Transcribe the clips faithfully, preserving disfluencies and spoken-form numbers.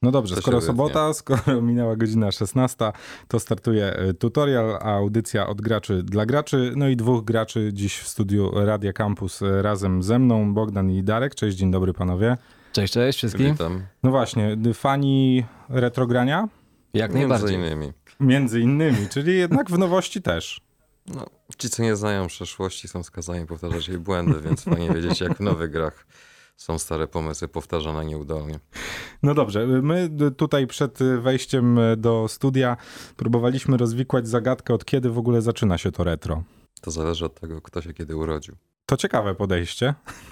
No dobrze, To skoro się sobota, skoro minęła godzina szesnasta, to startuje tutorial, a audycja od graczy dla graczy. No i dwóch graczy dziś w studiu Radia Campus razem ze mną, Bogdan i Darek. Cześć, dzień dobry panowie. Cześć, cześć wszystkim. Witam. No właśnie, fani retrogrania? Jak Między najbardziej. innymi. Między innymi, czyli jednak w nowości też. No, ci, co nie znają przeszłości, są skazani powtarzać jej błędy, więc fajnie wiedzieć, jak w nowych grach są stare pomysły powtarzane nieudolnie. No dobrze, my tutaj przed wejściem do studia próbowaliśmy rozwikłać zagadkę, od kiedy w ogóle zaczyna się to retro. To zależy od tego, kto się kiedy urodził. To ciekawe podejście.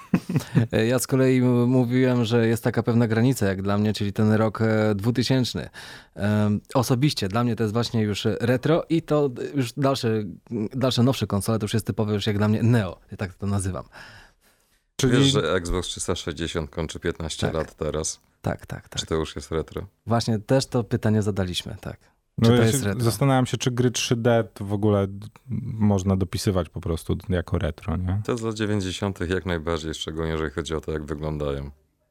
Ja z kolei m- mówiłem, że jest taka pewna granica jak dla mnie, czyli ten rok e, dwutysięczny. Em, Osobiście dla mnie to jest właśnie już retro i to już dalsze, dalsze nowsze konsole to już jest typowe już jak dla mnie neo, ja tak to nazywam. Czyli Wiesz, że Xbox trzysta sześćdziesiąt kończy piętnaście Tak. lat teraz? Tak, tak, tak. Czy to już jest retro? Właśnie też to pytanie zadaliśmy, tak. no Czy to ja jest się retro? zastanawiam się, czy gry trzy D to w ogóle można dopisywać po prostu jako retro, nie? To z lat dziewięćdziesiątych jak najbardziej, szczególnie jeżeli chodzi o to, jak wyglądają.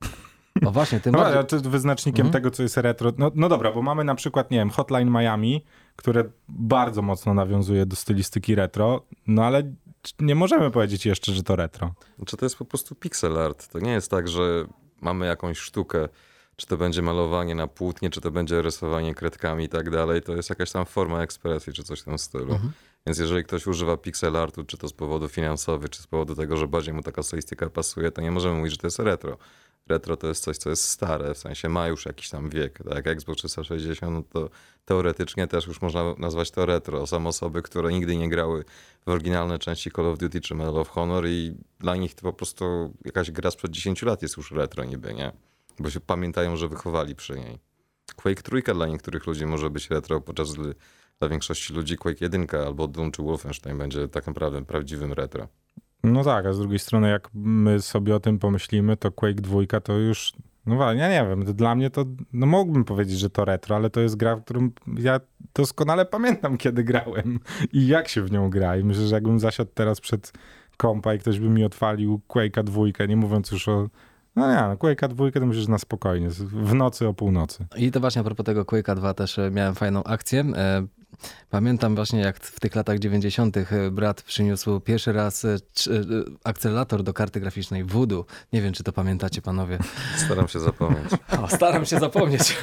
O właśnie, tym No, bardziej... ale to wyznacznikiem Mhm. tego, co jest retro. No, no dobra, bo mamy na przykład, nie wiem, Hotline Miami, które bardzo mocno nawiązuje do stylistyki retro, no ale nie możemy powiedzieć jeszcze, że to retro. Znaczy to jest po prostu pixel art. To nie jest tak, że mamy jakąś sztukę, czy to będzie malowanie na płótnie, czy to będzie rysowanie kredkami i tak dalej. To jest jakaś tam forma ekspresji, czy coś w tym stylu. Mhm. Więc jeżeli ktoś używa pixel artu, czy to z powodu finansowych, czy z powodu tego, że bardziej mu taka stylistyka pasuje, to nie możemy mówić, że to jest retro. Retro to jest coś, co jest stare, w sensie ma już jakiś tam wiek. Tak jak Xbox trzysta sześćdziesiąt, no to teoretycznie też już można nazwać to retro. Są osoby, które nigdy nie grały w oryginalne części Call of Duty czy Medal of Honor i dla nich to po prostu jakaś gra sprzed dziesięciu lat jest już retro niby, nie? Bo się pamiętają, że wychowali przy niej. Quake trzy dla niektórych ludzi może być retro, podczas gdy dla większości ludzi Quake jeden albo Doom czy Wolfenstein będzie tak naprawdę prawdziwym retro. No tak, a z drugiej strony jak my sobie o tym pomyślimy, to Quake dwa to już, no wa- ja nie wiem, to dla mnie to, no mógłbym powiedzieć, że to retro, ale to jest gra, w którą ja doskonale pamiętam, kiedy grałem i jak się w nią gra. I myślę, że jakbym zasiadł teraz przed kompa i ktoś by mi odpalił Quake'a dwa, nie mówiąc już o, no nie, no Quake'a dwa to myślę, że na spokojnie, w nocy o północy. I to właśnie a propos tego Quake'a dwa też e, miałem fajną akcję. E, Pamiętam właśnie jak w tych latach dziewięćdziesiątych brat przyniósł pierwszy raz e, trz- e, akcelerator do karty graficznej Voodoo. Nie wiem, czy to pamiętacie panowie. Staram się zapomnieć. O, staram się zapomnieć.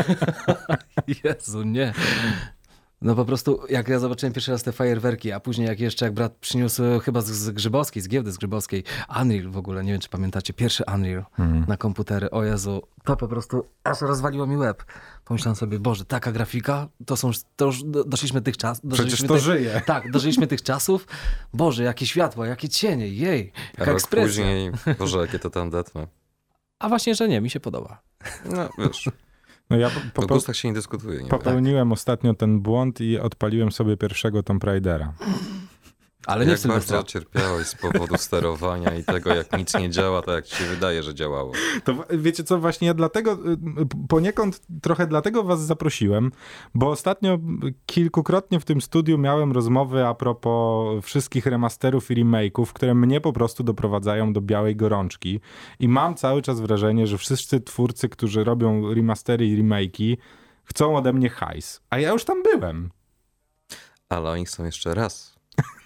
Jezu, nie. No po prostu jak ja zobaczyłem pierwszy raz te fajerwerki, a później jak jeszcze jak brat przyniósł chyba z, z Grzybowskiej, z giełdy z Grzybowskiej, Unreal w ogóle, nie wiem czy pamiętacie, pierwszy Unreal Mhm. na komputery, o Jezu, to po prostu aż rozwaliło mi łeb. Pomyślałem sobie, Boże, taka grafika, to są, to już do- doszliśmy tych czasów. Przecież to żyje. Tak, dożyliśmy tych czasów. Boże, jakie światła, jakie cienie, jej, A jaka rok ekspresja. później, Boże, jakie to tandetne. A właśnie, że nie, mi się podoba. No wiesz, No ja po, o po, gustach się nie dyskutuje. Nie popełniłem ostatnio ten błąd i odpaliłem sobie pierwszego Tomb Raidera. Ale nie w Jak Sylwestra. bardzo cierpiałeś z powodu sterowania i tego, jak nic nie działa, tak jak ci się wydaje, że działało. To w- wiecie co, właśnie ja dlatego, y, poniekąd trochę dlatego was zaprosiłem, bo ostatnio kilkukrotnie w tym studiu miałem rozmowy a propos wszystkich remasterów i remake'ów, które mnie po prostu doprowadzają do białej gorączki i mam cały czas wrażenie, że wszyscy twórcy, którzy robią remastery i remake'i, chcą ode mnie hajs, a ja już tam byłem. Ale oni są jeszcze raz.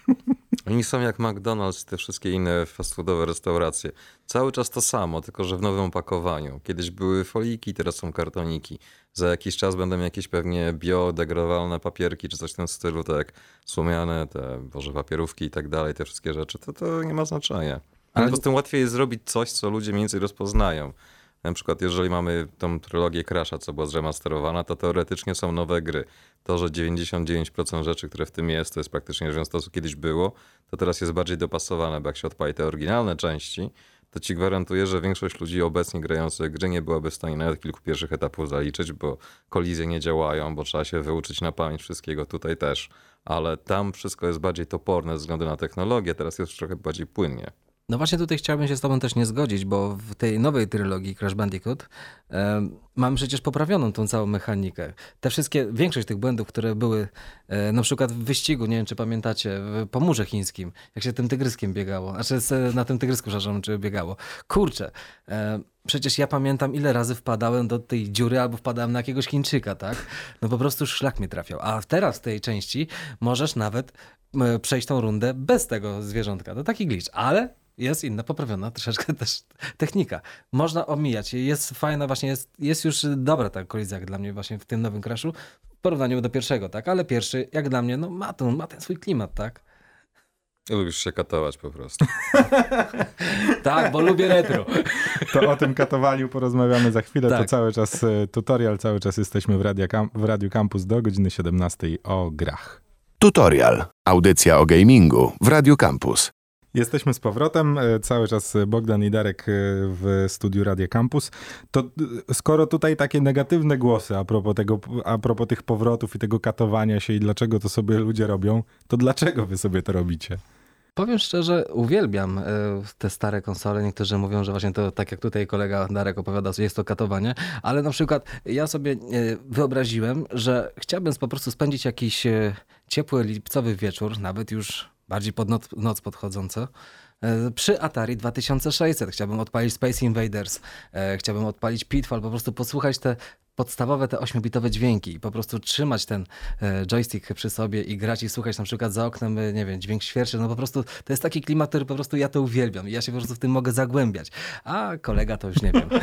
Oni są jak McDonald's i te wszystkie inne fast foodowe restauracje. Cały czas to samo, tylko że w nowym opakowaniu. Kiedyś były foliki, teraz są kartoniki. Za jakiś czas będą jakieś pewnie biodegradowalne papierki czy coś w tym stylu, tak jak słomiane, te boże papierówki i tak dalej, te wszystkie rzeczy. To, to nie ma znaczenia. Ale poza tym łatwiej jest zrobić coś, co ludzie mniej więcej rozpoznają. Na przykład jeżeli mamy tą trylogię Crasha, co była zremasterowana, to teoretycznie są nowe gry. To, że dziewięćdziesiąt dziewięć procent rzeczy, które w tym jest, to jest praktycznie rzecz biorąc to, co kiedyś było, to teraz jest bardziej dopasowane, bo jak się odpali te oryginalne części, to ci gwarantuję, że większość ludzi obecnie grających gry nie byłaby w stanie nawet kilku pierwszych etapów zaliczyć, bo kolizje nie działają, bo trzeba się wyuczyć na pamięć wszystkiego, tutaj też. Ale tam wszystko jest bardziej toporne ze względu na technologię, teraz jest trochę bardziej płynnie. No właśnie tutaj chciałbym się z tobą też nie zgodzić, bo w tej nowej trylogii Crash Bandicoot e, mamy przecież poprawioną tą całą mechanikę. Te wszystkie, większość tych błędów, które były e, na przykład w wyścigu, nie wiem czy pamiętacie, w Pomorzu Chińskim, jak się tym tygryskiem biegało, znaczy z, na tym tygrysku, przepraszam, czy biegało. Kurczę, e, przecież ja pamiętam ile razy wpadałem do tej dziury albo wpadałem na jakiegoś Chińczyka, tak? No po prostu szlak mnie trafiał. A teraz w tej części możesz nawet e, przejść tą rundę bez tego zwierzątka. To taki glitch, ale jest inna, poprawiona troszeczkę też technika. Można omijać. Jest fajna właśnie, jest, jest już dobra ta kolizja jak dla mnie właśnie w tym nowym Crashu w porównaniu do pierwszego, tak? Ale pierwszy, jak dla mnie, no ma, to, ma ten swój klimat, tak? Lubisz się katować po prostu. Tak, bo lubię retro. To o tym katowaniu porozmawiamy za chwilę. Tak. To cały czas y, tutorial, cały czas jesteśmy w, Radia Cam- w Radiu Campus do godziny siedemnastej o grach. Tutorial. Audycja o gamingu w Radiu Campus. Jesteśmy z powrotem, e, cały czas Bogdan i Darek e, w studiu Radia Campus. To e, skoro tutaj takie negatywne głosy a propos tego, a propos tych powrotów i tego katowania się i dlaczego to sobie ludzie robią, to dlaczego wy sobie to robicie? Powiem szczerze, uwielbiam e, te stare konsole. Niektórzy mówią, że właśnie to, tak jak tutaj kolega Darek opowiada, jest to katowanie, ale na przykład ja sobie e, wyobraziłem, że chciałbym po prostu spędzić jakiś e, ciepły lipcowy wieczór, nawet już bardziej pod noc, noc podchodząco, e, przy Atari dwa tysiące sześćset. Chciałbym odpalić Space Invaders, e, chciałbym odpalić Pitfall, po prostu posłuchać te podstawowe, te ośmiobitowe dźwięki i po prostu trzymać ten e, joystick przy sobie i grać i słuchać na przykład za oknem, e, nie wiem, dźwięk świerszczy. No po prostu to jest taki klimat, który po prostu ja to uwielbiam i ja się po prostu w tym mogę zagłębiać. A kolega to już nie wiem.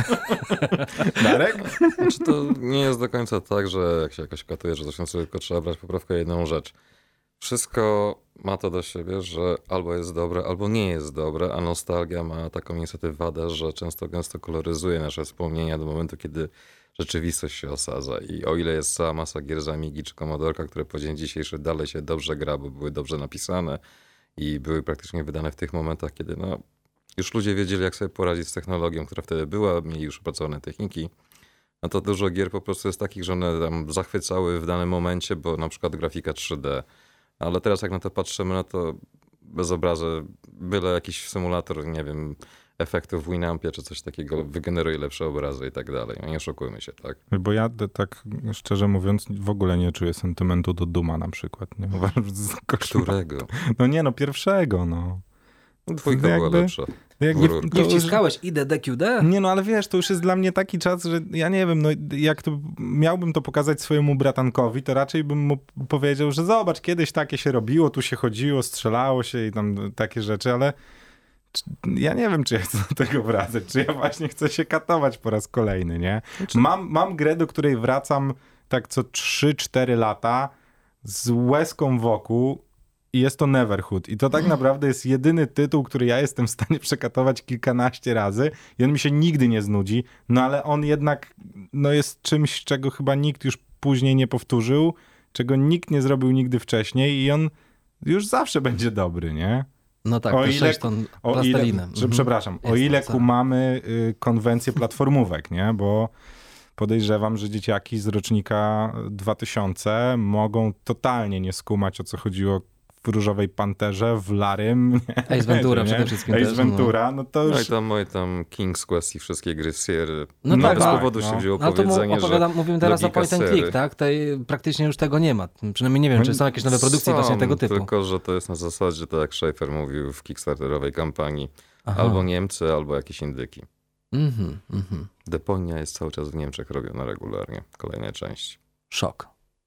Darek? Znaczy to nie jest do końca tak, że jak się jakoś katuje, że to się tylko trzeba brać poprawkę jedną rzecz. Wszystko ma to do siebie, że albo jest dobre, albo nie jest dobre, a nostalgia ma taką niestety wadę, że często gęsto koloryzuje nasze wspomnienia do momentu, kiedy rzeczywistość się osadza. I o ile jest cała masa gier z Amigi czy Commodorka, które po dzień dzisiejszy dalej się dobrze gra, bo były dobrze napisane i były praktycznie wydane w tych momentach, kiedy no, już ludzie wiedzieli, jak sobie poradzić z technologią, która wtedy była, mieli już opracowane techniki, no to dużo gier po prostu jest takich, że one tam zachwycały w danym momencie, bo na przykład grafika trzy D. Ale teraz jak na to patrzymy, no to bez obrazu, byle jakiś symulator, nie wiem, efektów w Winampie czy coś takiego wygeneruje lepsze obrazy i tak dalej. No nie oszukujmy się, tak? Bo ja d- tak szczerze mówiąc w ogóle nie czuję sentymentu do Duma na przykład. Nie? Uważam, że to jest koszmar. Którego? No nie no, pierwszego no. Dwójka Jakby- była lepsza. Jakby, Wróg. Nie to już- wciskałeś I D D Q D? Nie no, ale wiesz, to już jest dla mnie taki czas, że ja nie wiem, no jak to miałbym to pokazać swojemu bratankowi, to raczej bym mu powiedział, że zobacz, kiedyś takie się robiło, tu się chodziło, strzelało się i tam takie rzeczy, ale czy, ja nie wiem, czy ja chcę do tego wracać, czy ja właśnie chcę się katować po raz kolejny, nie? Mam, mam grę, do której wracam tak co trzy cztery lata z łezką wokół, i jest to Neverhood. I to tak naprawdę jest jedyny tytuł, który ja jestem w stanie przekatować kilkanaście razy i on mi się nigdy nie znudzi, no ale on jednak no jest czymś, czego chyba nikt już później nie powtórzył, czego nikt nie zrobił nigdy wcześniej i on już zawsze będzie dobry, nie? No tak, O to ile- sześć ton O ile, plasteliny. że, Mhm. przepraszam, o Jest ile to, co. kumamy y, konwencję platformówek, nie? Bo podejrzewam, że dzieciaki z rocznika dwa tysiące mogą totalnie nie skumać, o co chodziło w Różowej Panterze, w Larym. nie? Ace Ventura Nie? przede wszystkim Ace też, Ventura, no to No już... i tam moje tam King's Quest i wszystkie gry z Sierry. No No tak, bez tak, powodu no. się wzięło No to mu powiedzenie, że opowiadam, mówimy teraz o logika point and sery. click, tak? Tutaj praktycznie już tego nie ma. Przynajmniej nie wiem, czy są jakieś nowe produkcje Są, właśnie tego typu. Tylko, że to jest na zasadzie, tak jak Schaefer mówił w kickstarterowej kampanii. Aha. Albo Niemcy, albo jakieś indyki. Mhm, mhm. Deponia jest cały czas w Niemczech robiona regularnie. Kolejne części. Szok.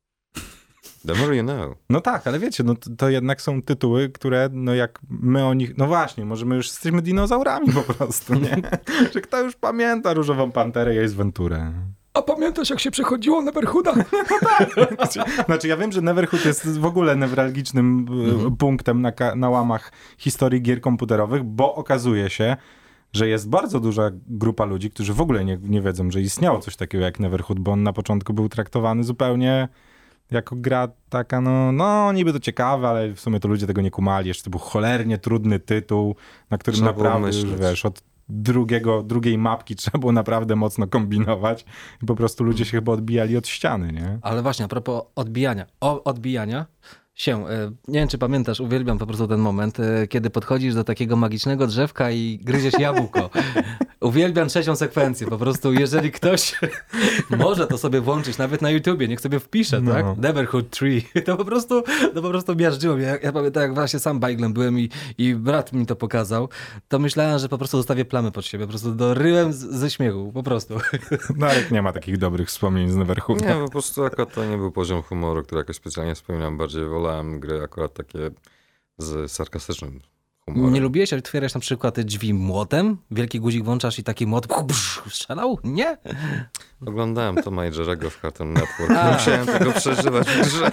The more you know. No tak, ale wiecie, no to, to jednak są tytuły, które, no jak my o nich, no właśnie, może my już jesteśmy dinozaurami po prostu, nie? Że kto już pamięta Różową Panterę i Ace Venturę? A pamiętasz, jak się przechodziło Neverhooda? Znaczy ja wiem, że Neverhood jest w ogóle newralgicznym mhm. punktem na, ka- na łamach historii gier komputerowych, bo okazuje się, że jest bardzo duża grupa ludzi, którzy w ogóle nie, nie wiedzą, że istniało coś takiego jak Neverhood, bo on na początku był traktowany zupełnie jako gra taka, no, no niby to ciekawe, ale w sumie to ludzie tego nie kumali. Jeszcze to był cholernie trudny tytuł, na którym Trzeba było naprawdę już, myśleć. wiesz, od drugiego, drugiej mapki trzeba było naprawdę mocno kombinować i po prostu ludzie się chyba odbijali od ściany, nie? Ale właśnie, a propos odbijania. O, odbijania. Się, e, nie wiem czy pamiętasz, uwielbiam po prostu ten moment, e, kiedy podchodzisz do takiego magicznego drzewka i gryziesz jabłko. Uwielbiam trzecią sekwencję, po prostu jeżeli ktoś może to sobie włączyć, nawet na YouTubie, niech sobie wpisze, No. tak? Neighborhood Tree. To po prostu, to po prostu miażdżyło mnie. Ja, ja pamiętam, jak właśnie sam bajglem byłem i, i brat mi to pokazał, to myślałem, że po prostu zostawię plamy pod siebie, po prostu doryłem z, ze śmiechu, po prostu. Darek nie ma takich dobrych wspomnień z Neverhooda. Nie, po prostu akurat to nie był poziom humoru, który jakoś specjalnie wspominam. Bardziej wolałem gry akurat takie z sarkastycznym humorem. Nie lubiłeś otwierać na przykład drzwi młotem? Wielki guzik włączasz i taki młot brz, strzelał? Nie? Oglądałem Toma i Jerry'ego w Cartoon Network. Nie musiałem tego przeżywać w grze.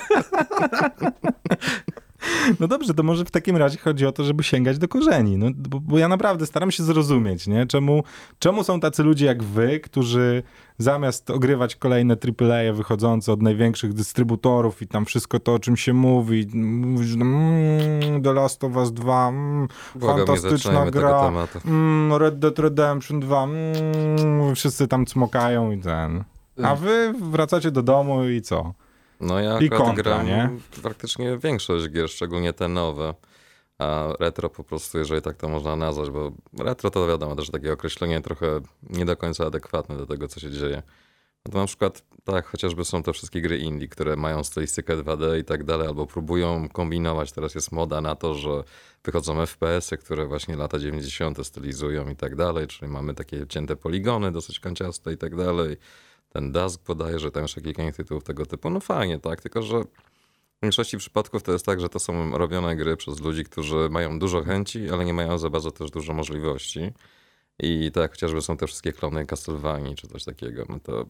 No dobrze, to może w takim razie chodzi o to, żeby sięgać do korzeni. No, bo, bo ja naprawdę staram się zrozumieć, nie? Czemu, czemu są tacy ludzie jak wy, którzy zamiast ogrywać kolejne triple A wychodzące od największych dystrybutorów i tam wszystko to, o czym się mówi, mówisz, mmm, The Last of Us dwa, mm, Błagam, nie fantastyczna zaczynajmy tego gra, tematu. mm, Red Dead Redemption dwa, mm, wszyscy tam cmokają i ten. A wy wracacie do domu i co? No ja I akurat kontra, gram nie? praktycznie większość gier, szczególnie te nowe. A retro po prostu, jeżeli tak to można nazwać, bo retro to wiadomo też takie określenie trochę nie do końca adekwatne do tego, co się dzieje. No to na przykład tak, chociażby są te wszystkie gry indie, które mają stylistykę dwa D i tak dalej, albo próbują kombinować. Teraz jest moda na to, że wychodzą F P S-y, które właśnie lata dziewięćdziesiąte stylizują i tak dalej, czyli mamy takie cięte poligony, dosyć kanciaste i tak dalej. Ten Dusk bodajże, tam jeszcze kilka tytułów tego typu. No fajnie, tak, tylko że w większości przypadków to jest tak, że to są robione gry przez ludzi, którzy mają dużo chęci, ale nie mają za bardzo też dużo możliwości. I tak chociażby są te wszystkie klony Castlevanii czy coś takiego, no to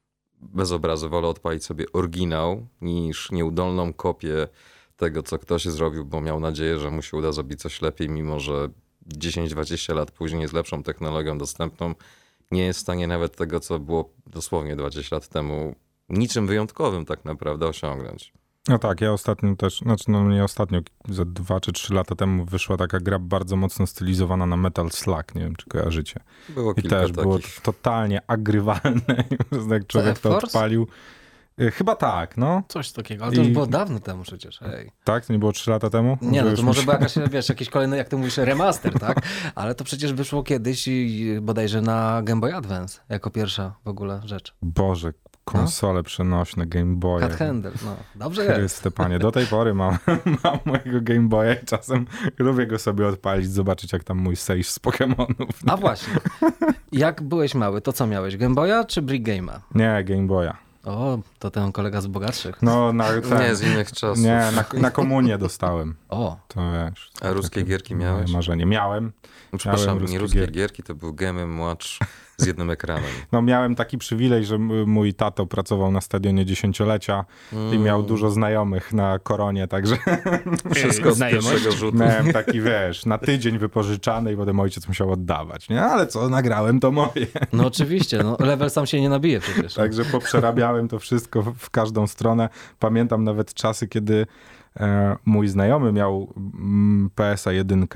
bez obrazu wolę odpalić sobie oryginał niż nieudolną kopię tego, co ktoś zrobił, bo miał nadzieję, że mu się uda zrobić coś lepiej, mimo że dziesięć dwadzieścia lat później z lepszą technologią dostępną nie jest w stanie nawet tego, co było dosłownie dwadzieścia lat temu, niczym wyjątkowym tak naprawdę osiągnąć. No tak, ja ostatnio też, znaczy no nie ostatnio, za dwa czy trzy lata temu wyszła taka gra bardzo mocno stylizowana na Metal Slug, nie wiem czy kojarzycie. Było I kilka też takich. było totalnie agrywalne, jak człowiek to F-Force? odpalił. Y, Chyba tak, no. Coś takiego, ale to już I- było dawno temu przecież, hej. Tak, to nie było trzy lata temu? Nie, no już to może mi był się- jakaś, wiesz, jakiś kolejny, jak ty mówisz, remaster, tak? Ale to przecież wyszło kiedyś i bodajże na Game Boy Advance, jako pierwsza w ogóle rzecz. Boże, konsole przenośne, Game Boy. Cat Handle, no. Dobrze jest. Chryste panie, do tej pory mam, mam mojego Game Boya i czasem lubię go sobie odpalić, zobaczyć jak tam mój save z Pokemonów. A właśnie, jak byłeś mały, to co miałeś? Game Boya czy Brick Game'a? Nie, Game Boya. O, to ten kolega z bogatszych. No, na, ten, Nie, z innych czasów. nie na, na komunię dostałem. O, To wiesz. A ruskie takie gierki moje miałeś? Marzenie. Miałem. No, przepraszam, ruskie nie ruskie gierki. gierki, to był Game and Watch z jednym ekranem. No miałem taki przywilej, że m- mój tato pracował na stadionie dziesięciolecia i miał dużo znajomych na koronie, także Wszystko z Znajomość? pierwszego rzutu. miałem taki, wiesz, na tydzień wypożyczany i potem ojciec musiał oddawać, nie? Ale co, nagrałem to moje. no oczywiście, no, level sam się nie nabije przecież. Także poprzerabiałem to wszystko w, w każdą stronę. Pamiętam nawet czasy, kiedy e, mój znajomy miał mm, P S a jeden,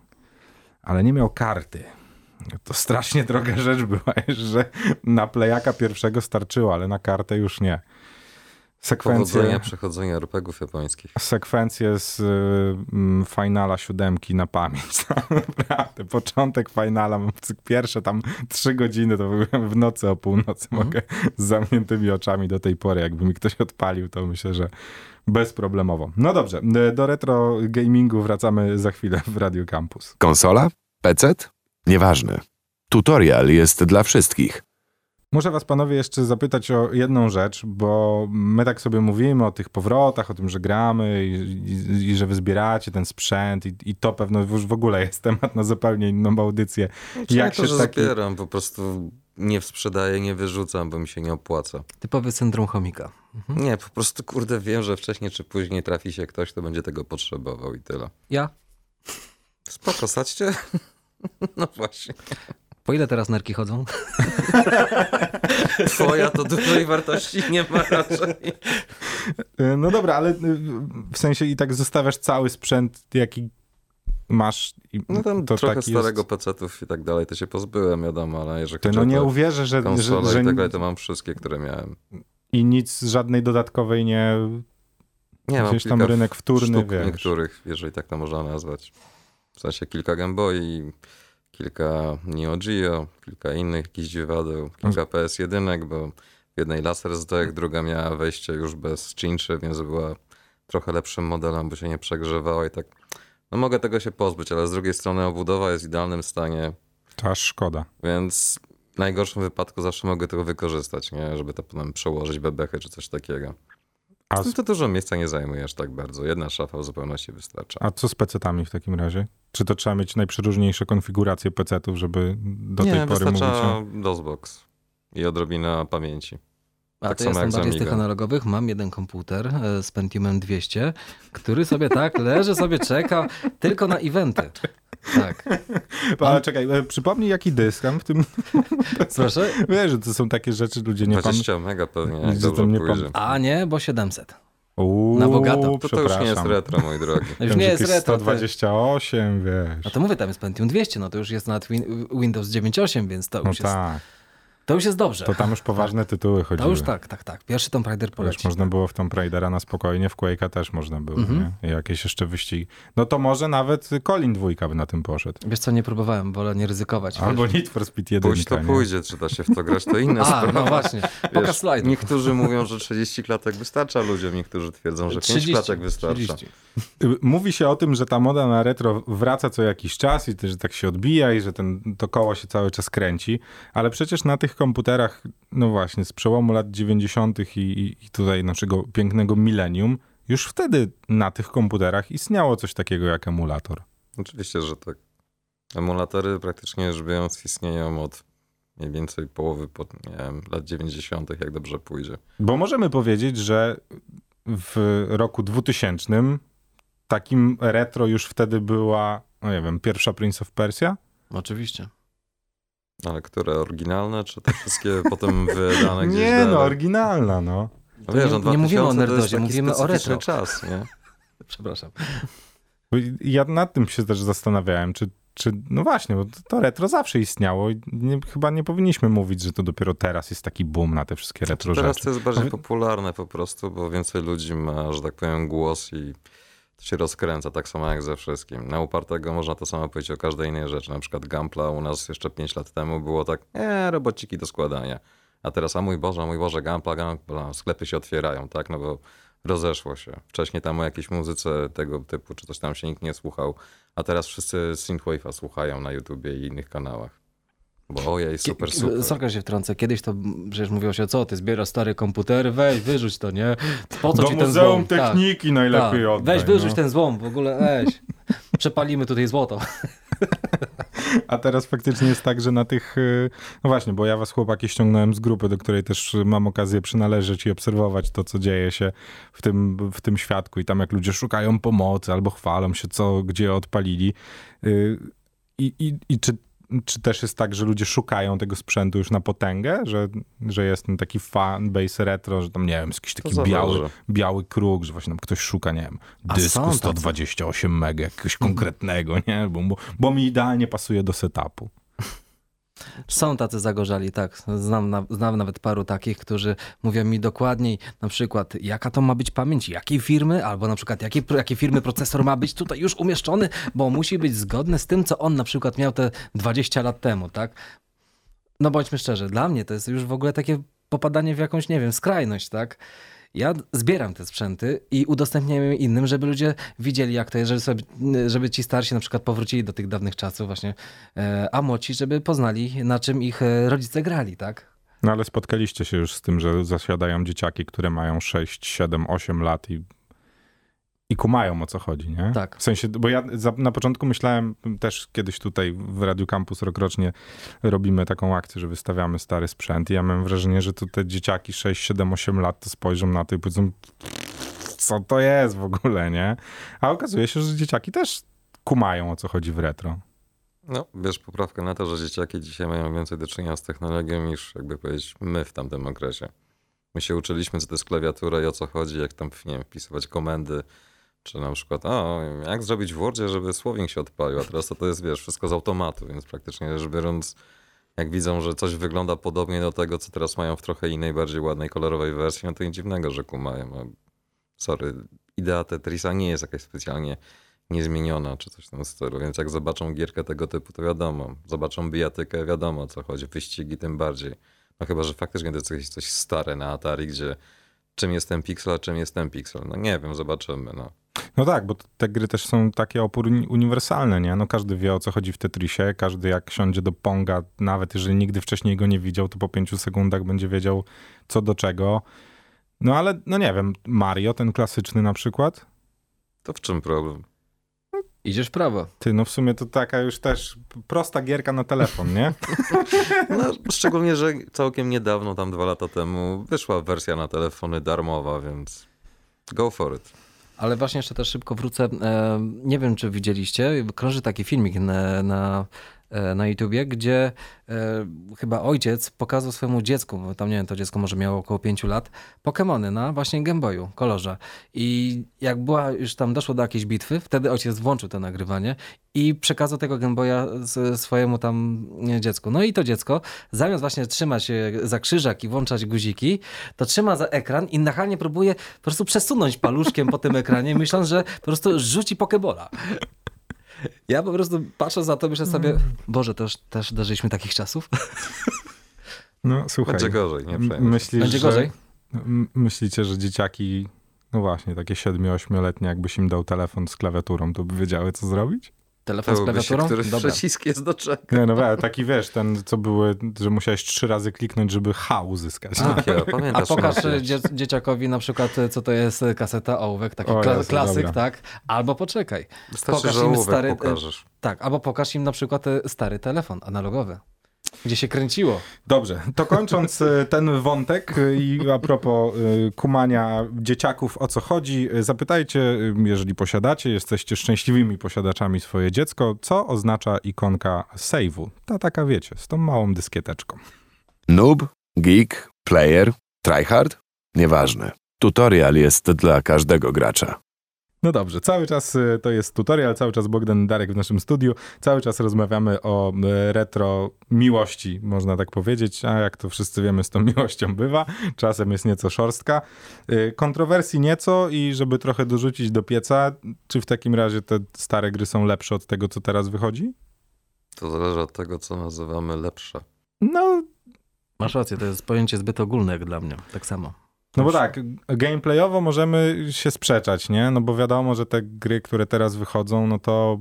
ale nie miał karty. To strasznie droga rzecz była, że na playaka pierwszego starczyło, ale na kartę już nie. Powodzenia Sekwencje, przechodzenia er pe gie ów japońskich. sekwencje z y, mm, Finala siódemki na pamięć. Naprawdę, początek Finala, mam cyk- pierwsze tam trzy godziny, to byłem w nocy o północy mogę z zamkniętymi oczami do tej pory. Jakby mi ktoś odpalił, to myślę, że bezproblemowo. No dobrze, do retro gamingu wracamy za chwilę w Radio Campus. Konsola? P C? Nieważne. Tutorial jest dla wszystkich. Muszę was, panowie, jeszcze zapytać o jedną rzecz, bo my tak sobie mówimy o tych powrotach, o tym, że gramy i, i, i że wy zbieracie ten sprzęt i, i to pewno już w ogóle jest temat na zupełnie inną audycję. Jak to, że taki... zbieram, po prostu nie sprzedaję, nie wyrzucam, bo mi się nie opłaca. Typowy syndrom chomika. Mhm. Nie, po prostu kurde wiem, że wcześniej czy później trafi się ktoś, kto będzie tego potrzebował i tyle. Ja? Spoko, sadźcie. No właśnie. Po ile teraz nerki chodzą? Twoja to dużej wartości nie ma raczej. No dobra, ale w sensie i tak zostawiasz cały sprzęt, jaki masz. I no tam to trochę taki starego jest... pecetów i tak dalej, to się pozbyłem, wiadomo, ale jeżeli Ty no nie uwierzę, że... konsole że, że... i tak dalej, to mam wszystkie, które miałem. I nic, żadnej dodatkowej nie... Nie, mam Gdzieś tam kilka rynek wtórny, sztuk wiesz. niektórych, jeżeli tak to można nazwać. W sensie kilka Game Boy, kilka Neo Geo, kilka innych jakichś dziwadeł, kilka P S jeden, bo w jednej laser zdech, druga miała wejście już bez cinczy, więc była trochę lepszym modelem, bo się nie przegrzewała i tak. No mogę tego się pozbyć, ale z drugiej strony obudowa jest w idealnym stanie, To aż szkoda. więc w najgorszym wypadku zawsze mogę tego wykorzystać, nie? Żeby to potem przełożyć bebechy czy coś takiego. A, Z tym to dużo miejsca nie zajmuje aż tak bardzo. Jedna szafa w zupełności wystarcza. a co z pecetami w takim razie? Czy to trzeba mieć najprzeróżniejsze konfiguracje pecetów, żeby do nie, tej pory mówić wystarcza o... DOSBox i odrobina pamięci. A Tak to samo jestem jak z bardziej z tych Amigą. analogowych. Mam jeden komputer e, z Pentiumem dwieście, który sobie tak leży, sobie czeka tylko na eventy. Tak. Ale czekaj, e, przypomnij jaki dysk tam w tym... Proszę? Wiesz, że to są takie rzeczy, ludzie nie pamiętają. dwadzieścia mega pewnie, Że jak to dobrze nie pójdzie. pam- A nie, bo siedemset. Uuu, Na bogato. To, to już nie jest przepraszam. retro, mój drogi. Już Wiem, nie że jest jakieś retro. sto to- dwadzieścia osiem, wiesz. No to mówię, tam jest Pentium dwieście, no to już jest nawet win Windows dziewięć osiem, więc to No już, jest, tak, to już jest dobrze. to tam już poważne tytuły chodziły. To już tak, tak, tak. Pierwszy Tomb Raider Wiesz, poleci. można było w Tomb Raidera na spokojnie, w Quake'a też można było, Mhm. nie? I jakieś jeszcze wyścigi. No to może nawet Colin dwójka by na tym poszedł. Wiesz co, nie próbowałem, wolę nie ryzykować. Albo wiesz. Need for Speed jeden. Pójść to pójdzie, czy da się w to grać, to inna A, sprawa. no właśnie. Pokaz Wiesz, slajdów. niektórzy mówią, że trzydzieści klatek wystarcza ludziom, niektórzy twierdzą, że pięć trzydzieści, klatek wystarcza. trzydzieści. Mówi się o tym, że ta moda na retro wraca co jakiś czas i też że tak się odbija i że ten, to koło się cały czas kręci, ale przecież na tych komputerach, no właśnie, z przełomu lat dziewięćdziesiątych i, i, i tutaj naszego pięknego milenium, już wtedy na tych komputerach istniało coś takiego jak emulator. Oczywiście, że tak. Emulatory praktycznie rzecz biorąc istnieją od mniej więcej połowy pod, nie wiem, lat dziewięćdziesiątych, jak dobrze pójdzie. Bo możemy powiedzieć, że w roku dwutysięcznym takim retro już wtedy była, no nie wiem, pierwsza Prince of Persia? Oczywiście. Ale które oryginalne, czy te wszystkie potem wydane gdzieś Nie, dalej? no, oryginalna, no. No wiesz, nie- no nie mówimy o dwa tysiące to jest nerdozie, taki mówimy o specyficzny retro. czas, nie? Przepraszam. Bo ja nad tym się też zastanawiałem, czy, czy no właśnie, bo to retro zawsze istniało i nie, chyba nie powinniśmy mówić, że to dopiero teraz jest taki boom na te wszystkie retro Teraz rzeczy. to jest bardziej No, popularne po prostu, bo więcej ludzi ma, że tak powiem, głos i to się rozkręca, tak samo jak ze wszystkim. Na upartego można to samo powiedzieć o każdej innej rzeczy. Na przykład Gampla u nas jeszcze pięć lat temu było tak, e, robociki do składania. A teraz, a mój Boże, a mój Boże, Gampla, Gampla, sklepy się otwierają, tak, no bo rozeszło się. Wcześniej tam o jakiejś muzyce tego typu, czy coś tam się nikt nie słuchał, a teraz wszyscy Synthwave'a słuchają na YouTubie i innych kanałach. Bo ojej, super, super. Sorka się wtrącę. Kiedyś to m, przecież mówiło się, co ty zbierasz stary komputer, weź, wyrzuć to, nie? Po co do ci ten Muzeum złom? Tak, Techniki najlepiej tak. oddaj. Weź, wyrzuć no. ten złom, w ogóle weź. Przepalimy tutaj złoto. A teraz faktycznie jest tak, że na tych... y, No właśnie, bo ja was chłopaki ściągnąłem z grupy, do której też mam okazję przynależeć i obserwować to, co dzieje się w tym, w tym świadku. I tam jak ludzie szukają pomocy albo chwalą się, co, gdzie odpalili. Y, I, i, i czy, czy też jest tak, że ludzie szukają tego sprzętu już na potęgę? Że, że jest ten taki fanbase retro, że tam, nie wiem, jest jakiś taki zależy. biały, biały kruk, że właśnie tam ktoś szuka, nie wiem, A dysku są tacy. sto dwadzieścia osiem mega, jakiegoś konkretnego, nie? Bo, bo, bo mi idealnie pasuje do setupu. Są tacy zagorzali, tak. Znam, na, znam nawet paru takich, którzy mówią mi dokładniej, na przykład, jaka to ma być pamięć, jakiej firmy, albo na przykład, jakiej, jakiej firmy procesor ma być tutaj już umieszczony, bo musi być zgodny z tym, co on na przykład miał te dwadzieścia lat temu, tak? No bądźmy szczerzy, dla mnie to jest już w ogóle takie popadanie w jakąś, nie wiem, skrajność, tak? Ja zbieram te sprzęty i udostępniam je innym, żeby ludzie widzieli, jak to jest, żeby, sobie, żeby ci starsi na przykład powrócili do tych dawnych czasów właśnie, e, a młodzi, żeby poznali, na czym ich e, rodzice grali, tak? No ale spotkaliście się już z tym, że zasiadają dzieciaki, które mają sześć, siedem, osiem lat i, i kumają, o co chodzi, nie? Tak. W sensie, bo ja za, na początku myślałem, też kiedyś tutaj w Radiu Campus rokrocznie robimy taką akcję, że wystawiamy stary sprzęt i ja mam wrażenie, że tu te dzieciaki sześć, siedem, osiem lat to spojrzą na to i powiedzą, co to jest w ogóle, nie? A okazuje się, że dzieciaki też kumają, o co chodzi w retro. No, bierz poprawkę na to, że dzieciaki dzisiaj mają więcej do czynienia z technologią niż, jakby powiedzieć, my w tamtym okresie. My się uczyliśmy, co to jest klawiatura i o co chodzi, jak tam, nie wiem, wpisywać komendy, czy na przykład, o, jak zrobić w Wordzie, żeby słownik się odpalił, a teraz to, to jest, wiesz, wszystko z automatu, więc praktycznie rzecz biorąc, jak widzą, że coś wygląda podobnie do tego, co teraz mają w trochę innej, bardziej ładnej, kolorowej wersji, no to nic dziwnego, że kumają. No, sorry, idea Tetrisa nie jest jakaś specjalnie niezmieniona, czy coś w tym stylu, więc jak zobaczą gierkę tego typu, to wiadomo. Zobaczą bijatykę, wiadomo o co chodzi, wyścigi tym bardziej. No chyba, że faktycznie to jest jakieś coś stare na Atari, gdzie czym jest ten pixel, a czym jest ten pixel. No nie wiem, zobaczymy, no. No tak, bo te gry też są takie opór uniwersalne, nie? No każdy wie, o co chodzi w Tetrisie, każdy jak siądzie do Ponga, nawet jeżeli nigdy wcześniej go nie widział, to po pięciu sekundach będzie wiedział co do czego. No ale, no nie wiem, Mario, ten klasyczny na przykład? To w czym problem? Idziesz w prawo. Ty, no w sumie to taka już też prosta gierka na telefon, nie? No, szczególnie, że całkiem niedawno, tam dwa lata temu, wyszła wersja na telefony darmowa, więc go for it. Ale właśnie jeszcze też szybko wrócę. E, nie wiem, czy widzieliście, krąży taki filmik na, na, na YouTubie, gdzie e, chyba ojciec pokazał swojemu dziecku, bo tam nie wiem, to dziecko może miało około pięciu lat, Pokemony na właśnie Game Boyu, kolorze. I jak była, już tam doszło do jakiejś bitwy, wtedy ojciec włączył to nagrywanie i przekazał tego Game Boya swojemu tam dziecku. No i to dziecko, zamiast właśnie trzymać się za krzyżak i włączać guziki, to trzyma za ekran i nachalnie próbuje po prostu przesunąć paluszkiem po tym ekranie, myśląc, że po prostu rzuci Pokebola. Ja po prostu patrząc na to, myślę sobie, Boże, też, też dożyliśmy takich czasów. No słuchaj. Będzie gorzej, nie m- przejmuj się. myślisz, Będzie że, gorzej? m- Myślicie, że dzieciaki, no właśnie, takie siedmiu-ośmioletnie, jakbyś im dał telefon z klawiaturą, to by wiedziały, co zrobić? Telefon z Pełby się, klawiaturą? który Dobra. przycisk jest do czego. Nie, no ale taki wiesz, ten co były, że musiałeś trzy razy kliknąć, żeby H uzyskać. A, Ja, A pamiętasz, pokaż Maciej? dzie dzieciakowi na przykład, co to jest kaseta ołówek, taki O kla Jezu, klasyk, dobra. tak? Albo poczekaj. Wystarczy, pokaż że im ołówek stary- pokażesz. Tak, albo pokaż im na przykład e, stary telefon analogowy, gdzie się kręciło. Dobrze, to kończąc y, ten wątek y, i a propos y, kumania dzieciaków, o co chodzi, y, zapytajcie, y, jeżeli posiadacie, jesteście szczęśliwymi posiadaczami swoje dziecko, co oznacza ikonka save'u. Ta taka, wiecie, z tą małą dyskieteczką. Noob, geek, player, tryhard? Nieważne. Tutorial jest dla każdego gracza. No dobrze, cały czas y, to jest tutorial, cały czas Bogdan i Darek w naszym studiu, cały czas rozmawiamy o y, retro miłości, można tak powiedzieć, a jak to wszyscy wiemy, z tą miłością bywa, czasem jest nieco szorstka. Y, Kontrowersji nieco i żeby trochę dorzucić do pieca, czy w takim razie te stare gry są lepsze od tego, co teraz wychodzi? To zależy od tego, co nazywamy lepsze. No, Masz rację, to jest pojęcie zbyt ogólne jak dla mnie, tak samo. no bo tak, gameplayowo możemy się sprzeczać, nie? No bo wiadomo, że te gry, które teraz wychodzą, no to...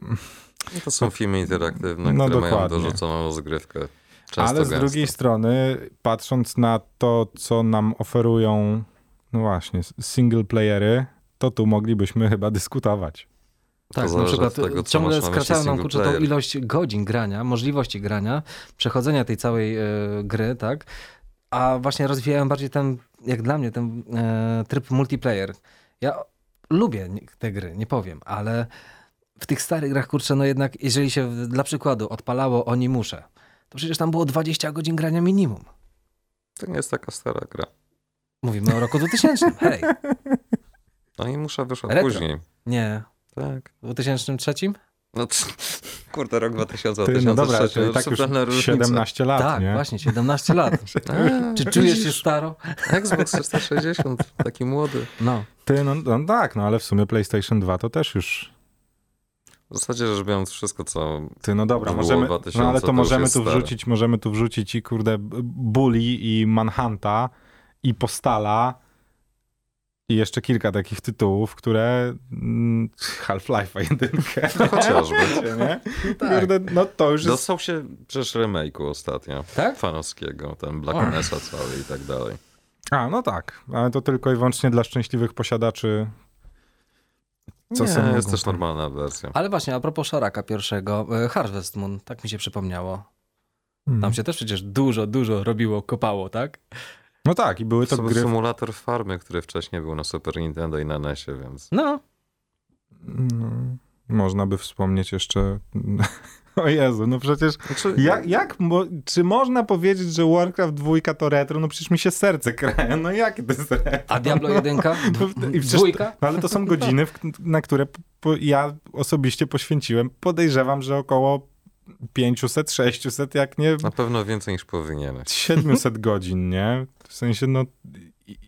No to są filmy interaktywne, No które mają dokładnie. dorzuconą rozgrywkę. Często Ale z gęsto. drugiej strony, patrząc na to, co nam oferują, no właśnie, single playery, to tu moglibyśmy chyba dyskutować. Tak, na zależy przykład od tego, co ciągle masz na myśli skracają nam single kurczę tą player. ilość godzin grania, możliwości grania, przechodzenia tej całej e, gry, tak? A właśnie rozwijają bardziej ten, jak dla mnie, ten e, tryb multiplayer. Ja lubię nie- te gry, nie powiem, ale w tych starych grach, kurczę, no jednak, jeżeli się w- dla przykładu odpalało Oni muszę, to przecież tam było dwadzieścia godzin grania minimum. To nie jest taka stara gra. Mówimy o roku dwutysięcznym, hej. No i muszę wyszła Retro. później. Nie, Tak. w dwa tysiące trzecim? No c- kurde, rok dwa tysiące, Ty, no dobra, dwa tysiące trzy, to i tak już zupełna różnica. siedemnaście lat, Tak, nie? właśnie, siedemnaście lat. A, Czy czujesz się widzisz? staro? Xbox trzysta sześćdziesiąt, taki młody. No. Ty, no, no tak, no ale w sumie PlayStation dwa to też już... W zasadzie rzecz biorąc wszystko, co... Ty, no dobra, To było możemy, dwa tysiące, no ale to, to już możemy jest tu stare. wrzucić, możemy tu wrzucić i kurde Bully i Manhunta i Postala i jeszcze kilka takich tytułów, które mm, Half-Life'a jedynkę. No chociażby. nie? tak. Kurde, no to już jest... Dostał się przecież remake'u ostatnio. Tak? Fanowskiego, ten Black O. Mesa cały i tak dalej. A, no tak, ale to tylko i wyłącznie dla szczęśliwych posiadaczy. Co nie, sobie jest mogą też tam- normalna wersja. Ale właśnie, a propos Szaraka pierwszego, e, Harvest Moon, tak mi się przypomniało. Hmm. Tam się też przecież dużo, dużo robiło, kopało, tak? No tak, i były to To gry... symulator farmy, który wcześniej był na Super Nintendo i na nesie, więc... No, No, można by wspomnieć jeszcze... O Jezu, no przecież... Znaczy, Jak, jak mo... Czy można powiedzieć, że Warcraft dwa to retro? No przecież mi się serce kraje. No jakie to jest retro? a Diablo jeden, No, i przecież- dwójka? No ale to są godziny, w- na które po, ja osobiście poświęciłem. Podejrzewam, że około pięćset, sześćset, jak nie Na pewno więcej niż powinieneś. siedemset godzin, nie? W sensie, no... I,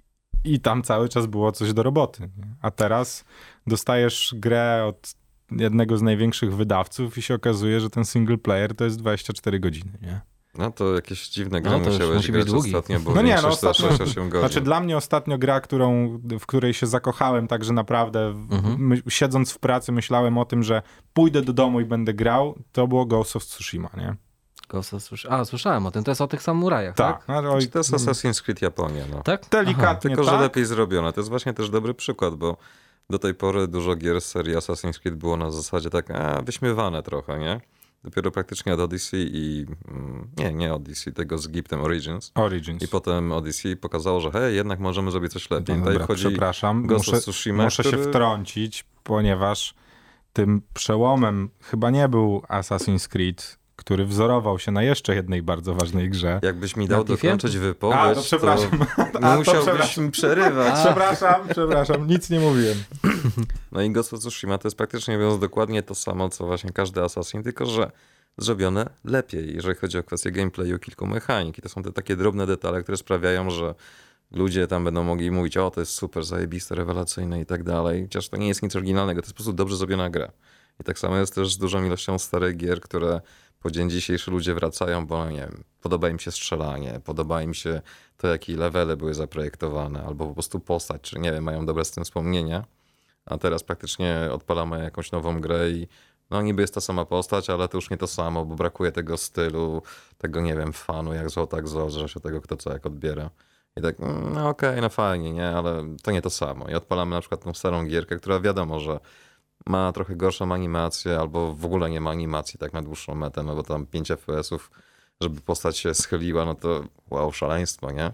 i tam cały czas było coś do roboty. Nie? A teraz dostajesz grę od jednego z największych wydawców i się okazuje, że ten single player to jest dwadzieścia cztery godziny, nie? No to jakieś dziwne gry No to już musiałeś musi grać być długi. ostatnio, bo No nie, no większość to ostatnio, sześć osiem godzin. znaczy dla mnie ostatnio gra, którą, w której się zakochałem, także naprawdę w- Mhm. my, siedząc w pracy myślałem o tym, że pójdę do domu i będę grał, to było Ghost of Tsushima, nie? Ghost of Tsushima. A, słyszałem o tym. To jest o tych samurajach, tak? Tak. No, oj, To jest Assassin's Creed Japonia, no. Tak? delikatnie Tylko, że tak. lepiej zrobione. To jest właśnie też dobry przykład, bo do tej pory dużo gier z serii Assassin's Creed było na zasadzie tak a, wyśmiewane trochę, nie? Dopiero praktycznie od Odyssey i... mm, Nie, nie Odyssey, tego z Egiptem Origins. Origins. I potem Odyssey pokazało, że hej, jednak możemy zrobić coś lepiej. No Tutaj dobra, wchodzi przepraszam, Ghost muszę, of Tsushima, muszę się który- wtrącić, ponieważ tym przełomem chyba nie był Assassin's Creed, który wzorował się na jeszcze jednej bardzo ważnej grze. Jakbyś mi dał Na Tifie? dokończyć wypowiedź, A, to przepraszam. to A, to musiałbyś przepraszam. mi przerywać. Przepraszam, przepraszam, nic nie mówiłem. No i Ghost of Tsushima to jest praktycznie mówiąc dokładnie to samo, co właśnie każdy Assassin, tylko że zrobione lepiej, jeżeli chodzi o kwestię gameplayu, kilku mechanik. I to są te takie drobne detale, które sprawiają, że ludzie tam będą mogli mówić, o to jest super, zajebiste, rewelacyjne i tak dalej. Chociaż to nie jest nic oryginalnego, to jest po prostu dobrze zrobiona gra. I tak samo jest też z dużą ilością starych gier, które po dzień dzisiejszy ludzie wracają, bo nie wiem, podoba im się strzelanie, podoba im się to, jakie levele były zaprojektowane, albo po prostu postać, czy nie wiem, mają dobre z tym wspomnienia. A teraz praktycznie odpalamy jakąś nową grę i no niby jest ta sama postać, ale to już nie to samo, bo brakuje tego stylu, tego nie wiem, fanu, jak zło, tak zło, że się tego kto co jak odbiera. I tak, mm, no okej, okay, no fajnie, nie, ale to nie to samo. I odpalamy na przykład tą starą gierkę, która wiadomo, że ma trochę gorszą animację, albo w ogóle nie ma animacji tak na dłuższą metę, no bo tam pięć F P S-ów, żeby postać się schyliła, no to wow, szaleństwo, nie?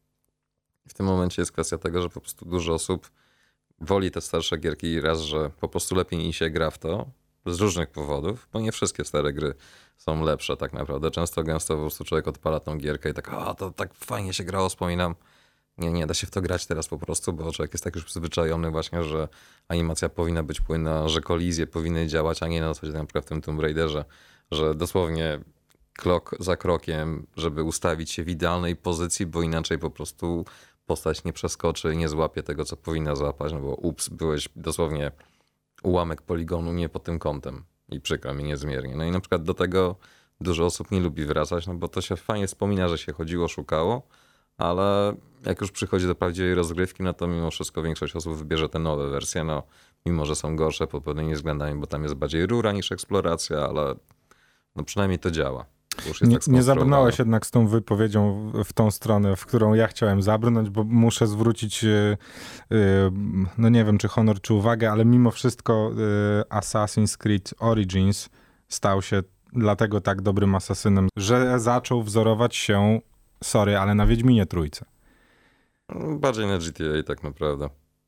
I w tym momencie jest kwestia tego, że po prostu dużo osób woli te starsze gierki, raz, że po prostu lepiej im się gra w to, z różnych powodów, bo nie wszystkie stare gry są lepsze tak naprawdę. Często gęsto po prostu człowiek odpala tą gierkę i tak, a to tak fajnie się grało, wspominam. Nie, nie da się w to grać teraz po prostu, bo człowiek jest tak już przyzwyczajony właśnie, że animacja powinna być płynna, że kolizje powinny działać, a nie na zasadzie na przykład w tym Tomb Raiderze, że dosłownie krok za krokiem, żeby ustawić się w idealnej pozycji, bo inaczej po prostu postać nie przeskoczy i nie złapie tego, co powinna złapać, no bo ups, byłeś dosłownie ułamek poligonu nie pod tym kątem i przykro mi niezmiernie. No i na przykład do tego dużo osób nie lubi wracać, no bo to się fajnie wspomina, że się chodziło, szukało, ale jak już przychodzi do prawdziwej rozgrywki, no to mimo wszystko większość osób wybierze te nowe wersje, no mimo, że są gorsze pod pewnymi względami, bo tam jest bardziej rura niż eksploracja, ale no przynajmniej to działa. Już jest Nie, tak nie skonstruowane. zabrnąłeś jednak z tą wypowiedzią w tą stronę, w którą ja chciałem zabrnąć, bo muszę zwrócić, yy, yy, no nie wiem czy honor, czy uwagę, ale mimo wszystko yy, Assassin's Creed Origins stał się dlatego tak dobrym asasynem, że zaczął wzorować się, sorry, ale na Wiedźminie Trójce. Bardziej na G T A tak naprawdę.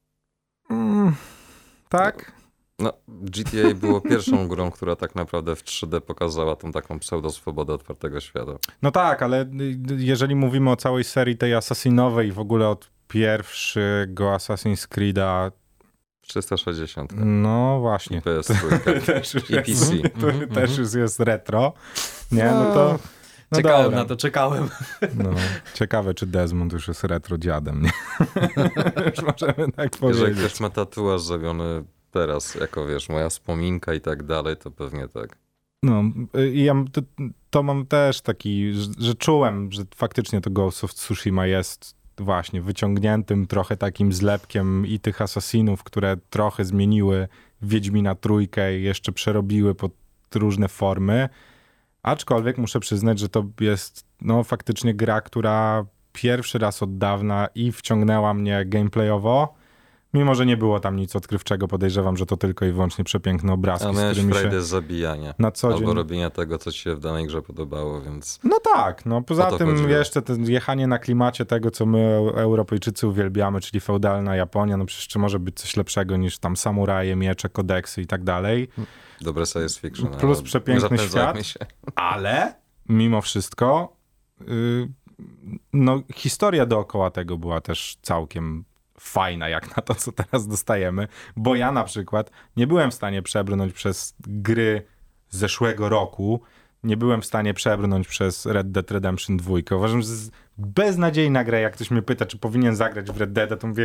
Mm, tak? No, G T A było pierwszą grą, która tak naprawdę w trzy D pokazała tą taką pseudo-swobodę otwartego świata. No tak, ale jeżeli mówimy o całej serii tej asasinowej i w ogóle od pierwszego Assassin's Creed'a, trzysta sześćdziesiąt. no właśnie. P S trzy. też już I P C. jest, to też już jest retro. Nie, no to... No czekałem dobra. na to, czekałem. No, ciekawe, czy Desmond już jest retro dziadem, nie? Już możemy tak Jeżeli powiedzieć. ktoś ma tatuaż zrobiony teraz, jako wiesz, moja wspominka i tak dalej, to pewnie tak. No, i ja to, to mam też taki, że, że czułem, że faktycznie to Ghost of Tsushima jest właśnie wyciągniętym trochę takim zlepkiem i tych asasinów, które trochę zmieniły Wiedźmina Trójkę i jeszcze przerobiły pod różne formy. Aczkolwiek muszę przyznać, że to jest no faktycznie gra, która pierwszy raz od dawna i wciągnęła mnie gameplayowo, mimo że nie było tam nic odkrywczego. Podejrzewam, że to tylko i wyłącznie przepiękne obrazki, A z miałeś którymi frajdę się z zabijania. na co dzień... Albo robienia tego, co ci się w danej grze podobało, więc... No tak, no poza O to tym chodziło. jeszcze to jechanie na klimacie tego, co my Europejczycy uwielbiamy, czyli feudalna Japonia, no przecież czy może być coś lepszego niż tam samuraje, miecze, kodeksy i tak dalej. Dobre science fiction. Plus ale przepiękny nie zapędzajmy świat. się. Ale mimo wszystko yy, no historia dookoła tego była też całkiem fajna, jak na to, co teraz dostajemy, bo ja na przykład nie byłem w stanie przebrnąć przez gry z zeszłego roku, nie byłem w stanie przebrnąć przez Red Dead Redemption dwa. Uważam, że z- beznadziejna gra, jak ktoś mnie pyta, czy powinien zagrać w Red Dead, to mówię,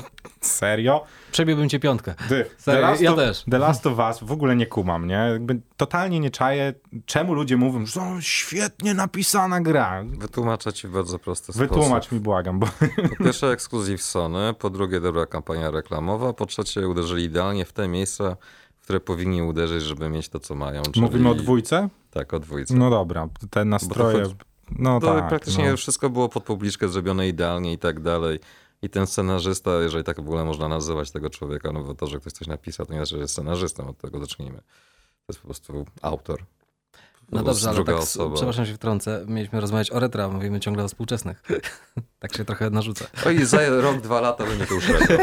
serio? Przebiłbym cię piątkę. Ty, Serio, The Last ja of, też. The Last of Us w ogóle nie kumam, nie? Jakby totalnie nie czaję, czemu ludzie mówią, że to świetnie napisana gra. Wytłumaczę ci w bardzo prosty sposób. Wytłumacz mi, błagam, bo... Po pierwsze ekskluzyw Sony, po drugie dobra kampania reklamowa, po trzecie uderzyli idealnie w te miejsca, w które powinni uderzyć, żeby mieć to, co mają. Czyli... Mówimy o dwójce? Tak, o dwójce. No dobra, te nastroje... chodzi- No To tak. praktycznie no. wszystko było pod publiczkę zrobione idealnie i tak dalej. I ten scenarzysta, jeżeli tak w ogóle można nazywać tego człowieka, no bo to, że ktoś coś napisał, to nie znaczy, że jest scenarzystą, od tego zacznijmy. To jest po prostu autor. No To dobrze, jest ale druga tak, osoba. przepraszam się wtrącę, mieliśmy rozmawiać o retro, a mówimy ciągle o współczesnych. Tak się trochę narzuca. Oj, za rok, dwa lata będzie to już retro.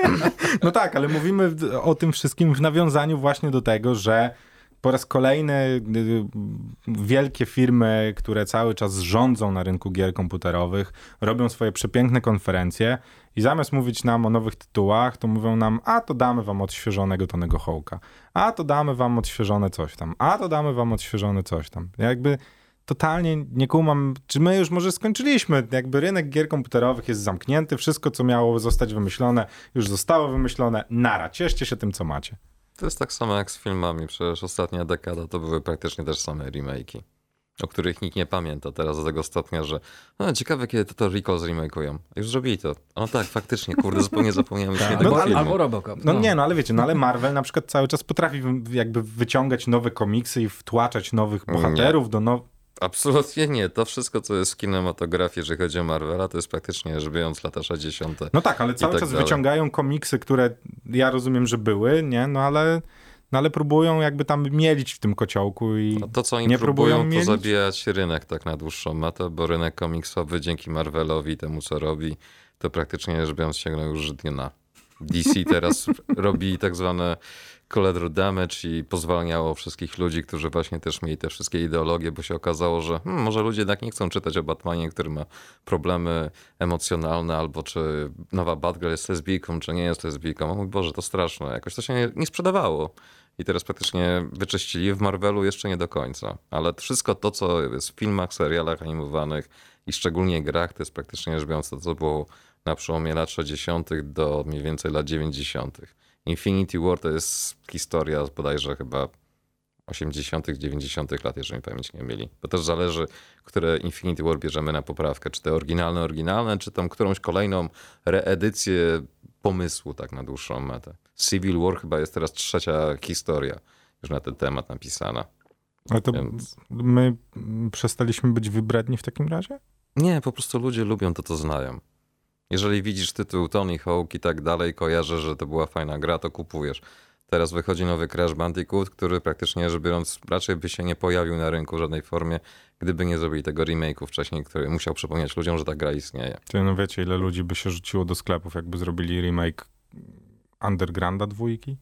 No tak, ale mówimy w- o tym wszystkim w nawiązaniu właśnie do tego, że po raz kolejny y, wielkie firmy, które cały czas rządzą na rynku gier komputerowych, robią swoje przepiękne konferencje i zamiast mówić nam o nowych tytułach, to mówią nam, a to damy wam odświeżonego Tonego Hawka, a to damy wam odświeżone coś tam, a to damy wam odświeżone coś tam. Jakby totalnie nie kumam, czy my już może skończyliśmy, jakby rynek gier komputerowych jest zamknięty, wszystko co miało zostać wymyślone już zostało wymyślone, nara, cieszcie się tym co macie. To jest tak samo jak z filmami. Przecież ostatnia dekada to były praktycznie też same remake'i, o których nikt nie pamięta teraz do tego stopnia, że no, ciekawe kiedy to, to Recall zremake'ują. Już zrobili to. No tak, faktycznie, kurde, zupełnie zapomniałem już Tak. jednego No, Albo, filmu. albo Robocop. No, nie, no ale wiecie, no ale Marvel na przykład cały czas potrafi wy- jakby wyciągać nowe komiksy i wtłaczać nowych bohaterów do now... Absolutnie nie. To wszystko, co jest w kinematografii, jeżeli chodzi o Marvela, to jest praktycznie rzecz biorąc lata sześćdziesiąte. No tak, ale cały tak czas dalej. wyciągają komiksy, które ja rozumiem, że były, nie? No ale, no ale próbują jakby tam mielić w tym kociołku i No to, co oni nie próbują, próbują to mielić? zabijać rynek tak na dłuższą metę, bo rynek komiksowy dzięki Marvelowi, temu co robi, to praktycznie rzecz biorąc sięgnął już dna. D C teraz robi tak zwane collateral damage i pozwalniało wszystkich ludzi, którzy właśnie też mieli te wszystkie ideologie, bo się okazało, że hmm, może ludzie jednak nie chcą czytać o Batmanie, który ma problemy emocjonalne, albo czy nowa Batgirl jest lesbijką, czy nie jest lesbijką. O mój Boże, to straszne. Jakoś to się nie, nie sprzedawało. I teraz praktycznie wyczyścili. W Marvelu jeszcze nie do końca. Ale wszystko to, co jest w filmach, serialach animowanych i szczególnie grach, to jest praktycznie rzecz biorąc to, co było na przełomie lat sześćdziesiątych do mniej więcej lat dziewięćdziesiątych. Infinity War to jest historia bodajże chyba osiemdziesiątych, dziewięćdziesiątych lat, jeżeli pamięć nie mieli. To też zależy, które Infinity War bierzemy na poprawkę. Czy te oryginalne, oryginalne, czy tam którąś kolejną reedycję pomysłu tak na dłuższą metę. Civil War chyba jest teraz trzecia historia już na ten temat napisana. Ale to Więc... my mm, przestaliśmy być wybredni w takim razie? Nie, po prostu ludzie lubią to, co znają. Jeżeli widzisz tytuł Tony Hawk i tak dalej, kojarzę, że to była fajna gra, to kupujesz. Teraz wychodzi nowy Crash Bandicoot, który praktycznie rzecz biorąc raczej by się nie pojawił na rynku w żadnej formie, gdyby nie zrobili tego remake'u wcześniej, który musiał przypomnieć ludziom, że ta gra istnieje. Ty, no wiecie, ile ludzi by się rzuciło do sklepów, jakby zrobili remake Undergrounda dwójki?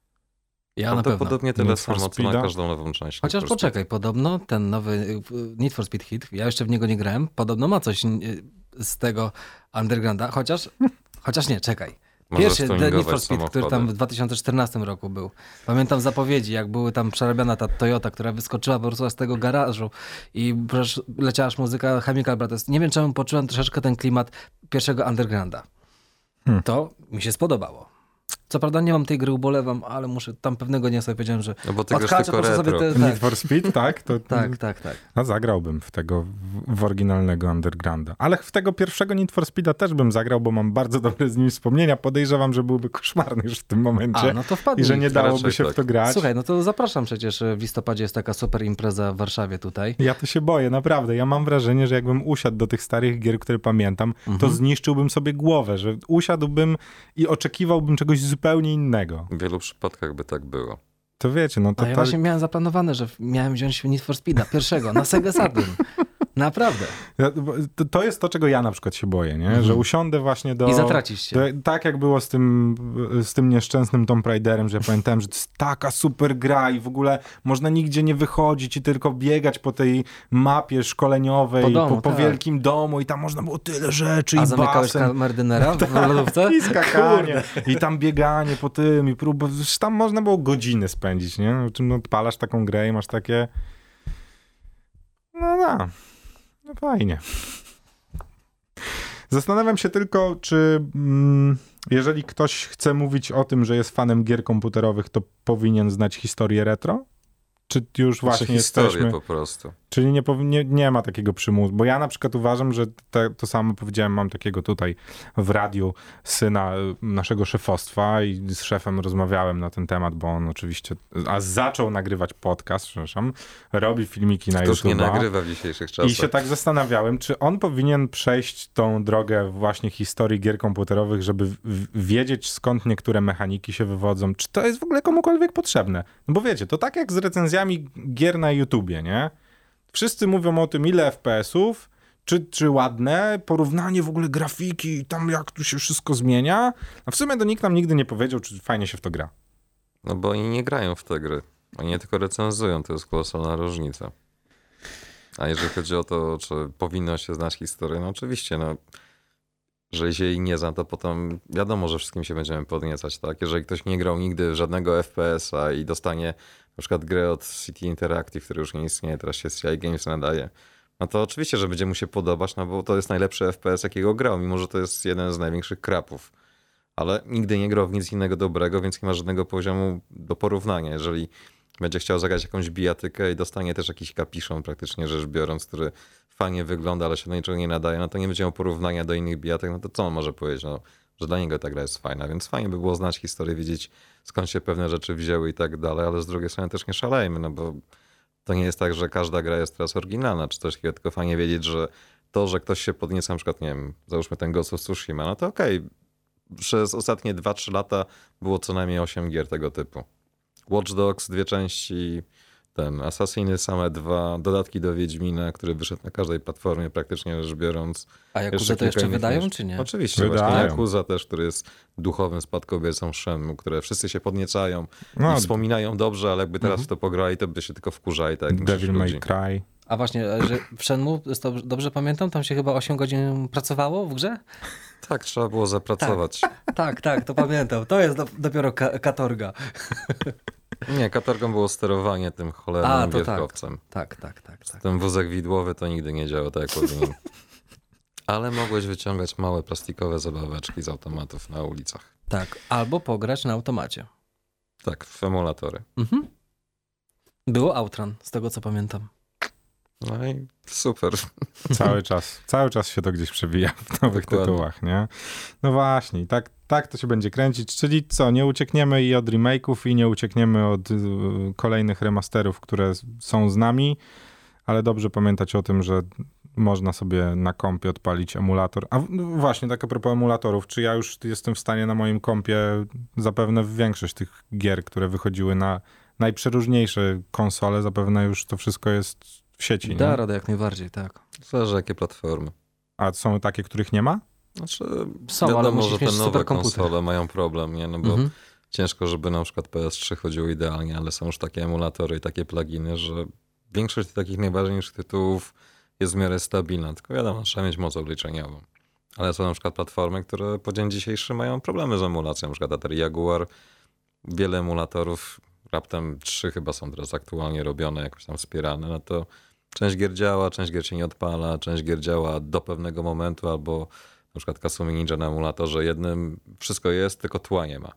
Ja na pewno. Prawdopodobnie tyle Need for samo, co na Speeda? każdą nową część. Chociaż Need for poczekaj, podobno ten nowy y, Need for Speed Hit, ja jeszcze w niego nie grałem, podobno ma coś y, z tego Undergrounda, chociaż, chociaż nie, czekaj. Możesz Pierwszy ten Need tuningować for Speed, który tam samochody. w dwa tysiące czternastym roku był. Pamiętam zapowiedzi, jak były tam przerabiana ta Toyota, która wyskoczyła po prostu z tego garażu i przecież leciała aż muzyka Chemical Brothers. Nie wiem, czemu poczułem troszeczkę ten klimat pierwszego Undergrounda. Hmm. To mi się spodobało. Co prawda nie mam tej gry, ubolewam, ale muszę tam pewnego dnia sobie powiedziałem, że No bo ty grasz odhaczę tylko po prostu sobie retro. te, Need tak, for Speed, tak? To, tak, tak, tak. A zagrałbym w tego, w, w oryginalnego Undergrounda. Ale w tego pierwszego Need for Speeda też bym zagrał, bo mam bardzo dobre z nim wspomnienia. Podejrzewam, że byłby koszmarny już w tym momencie A, no to wpadnij. i że nie dałoby raczej się tak. w to grać. Słuchaj, no to zapraszam przecież, w listopadzie jest taka super impreza w Warszawie tutaj. Ja to się boję, naprawdę. Ja mam wrażenie, że jakbym usiadł do tych starych gier, które pamiętam, Mhm. to zniszczyłbym sobie głowę, że usiadłbym i oczekiwałbym czegoś zupełnie innego. W wielu przypadkach by tak było. To wiecie, no to... A ja to... właśnie miałem zaplanowane, że miałem wziąć Need for Speeda pierwszego na Sega Saturn. Naprawdę. Ja- to, to jest to, czego ja na przykład się boję, nie? Że usiądę właśnie do... I zatracisz się. Do, tak jak było z tym, z tym nieszczęsnym Tomb Raiderem, że ja pamiętałem, że to jest taka super gra i w ogóle można nigdzie nie wychodzić i tylko biegać po tej mapie szkoleniowej, Po po, domu, po tak. wielkim domu i tam można było tyle rzeczy A i zamykałeś basen. kamerdynera w lodówce? I skakanie, i tam bieganie po tym, i prób... Przecież tam można było godziny spędzić, nie? O czym odpalasz taką grę i masz takie... No, no. No fajnie. Zastanawiam się tylko, czy mm, jeżeli ktoś chce mówić o tym, że jest fanem gier komputerowych, to powinien znać historię retro? Czy już właśnie Znaczy historię jesteśmy... po prostu. Czyli nie, powi- nie, nie ma takiego przymusu, bo ja na przykład uważam, że te, to samo powiedziałem, mam takiego tutaj w radiu syna naszego szefostwa i z szefem rozmawiałem na ten temat, bo on oczywiście, a zaczął nagrywać podcast, przepraszam, robi filmiki na Któż YouTube'a. nie nagrywa w dzisiejszych czasach. I się tak zastanawiałem, czy on powinien przejść tą drogę właśnie historii gier komputerowych, żeby w- wiedzieć, skąd niektóre mechaniki się wywodzą, czy to jest w ogóle komukolwiek potrzebne. No bo wiecie, to tak jak z recenzjami gier na YouTubie, nie? Wszyscy mówią o tym, ile F P S-ów, czy, czy ładne, porównanie w ogóle grafiki, tam jak tu się wszystko zmienia, a w sumie to nikt nam nigdy nie powiedział, czy fajnie się w to gra. No bo oni nie grają w te gry. Oni je tylko recenzują, to jest kolosalna różnica. A jeżeli chodzi o to, czy powinno się znać historię, no oczywiście, no, że się jej nie zna, to potem wiadomo, że wszystkim się będziemy podniecać, tak? Jeżeli ktoś nie grał nigdy w żadnego F P S-a i dostanie na przykład grę od City Interactive, który już nie istnieje, teraz się C I Games nadaje, no to oczywiście, że będzie mu się podobać, no bo to jest najlepszy F P S, jakiego grał, mimo że to jest jeden z największych krapów. Ale nigdy nie grał w nic innego dobrego, więc nie ma żadnego poziomu do porównania. Jeżeli będzie chciał zagrać jakąś bijatykę i dostanie też jakiś kapiszon, praktycznie rzecz biorąc, który fajnie wygląda, ale się do niczego nie nadaje, no to nie będzie miał porównania do innych bijatek, no to co on może powiedzieć? No, że dla niego ta gra jest fajna, więc fajnie by było znać historię, wiedzieć skąd się pewne rzeczy wzięły i tak dalej, ale z drugiej strony też nie szalejmy, no bo to nie jest tak, że każda gra jest teraz oryginalna, czy coś takiego, tylko fajnie wiedzieć, że to, że ktoś się podnieca, na przykład, nie wiem, załóżmy ten Ghost of Tsushima, no to okej, okay. Przez ostatnie dwa trzy lata było co najmniej osiem gier tego typu. Watch Dogs, dwie części, ten Assassiny same dwa, dodatki do Wiedźmina, który wyszedł na każdej platformie praktycznie rzecz biorąc. A Yakuza to jeszcze wydają, niż... czy nie? Oczywiście, Wydają. właśnie Yakuza też, który jest duchowym spadkobiercą Shenmue, które wszyscy się podniecają No, i wspominają dobrze, ale jakby teraz Mhm. w to pograli, to by się tylko wkurzali. Tak jak Devil większość May ludzi. Cry. A właśnie, że w Shenmue, jest to, dobrze pamiętam, tam się chyba osiem godzin pracowało w grze? Tak, trzeba było zapracować. Tak, tak, to pamiętam. To jest do, dopiero ka- katorga. Nie, katorgą było sterowanie tym A, cholernym to tak. wierchowcem. Tak, tak, tak. tak. Ten wózek widłowy to nigdy nie działał tak jak powinien. Ale mogłeś wyciągać małe plastikowe zabaweczki z automatów na ulicach. Tak, albo pograć na automacie. Tak, w emulatory. Mhm. Było Outrun, z tego co pamiętam. No i super. Cały czas, cały czas się to gdzieś przewija w nowych Dokładnie. tytułach, nie? No właśnie, i tak, tak to się będzie kręcić, czyli co, nie uciekniemy i od remake'ów i nie uciekniemy od y, kolejnych remasterów, które są z nami, ale dobrze pamiętać o tym, że można sobie na kompie odpalić emulator. A no właśnie, tak a propos emulatorów, czy ja już jestem w stanie na moim kompie zapewne w większość tych gier, które wychodziły na najprzeróżniejsze konsole, zapewne już to wszystko jest w sieci, Da nie? radę jak najbardziej, tak. Zależy jakie platformy. A są takie, których nie ma? Znaczy, Są, ale wiadomo, musisz że te mieć nowe superkomputer. konsole mają problem, nie? No bo Mhm. ciężko, żeby na przykład P S trzy chodziło idealnie, ale są już takie emulatory i takie pluginy, że większość takich najważniejszych tytułów jest w miarę stabilna, tylko wiadomo, trzeba mieć moc obliczeniową. Ale są na przykład platformy, które po dzień dzisiejszy mają problemy z emulacją, na przykład Atari Jaguar, wiele emulatorów, raptem trzy chyba są teraz aktualnie robione, jakoś tam wspierane, no to część gier działa, część gier się nie odpala, część gier działa do pewnego momentu, albo na przykład Kasumi Ninja na emulatorze jednym wszystko jest, tylko tła nie ma.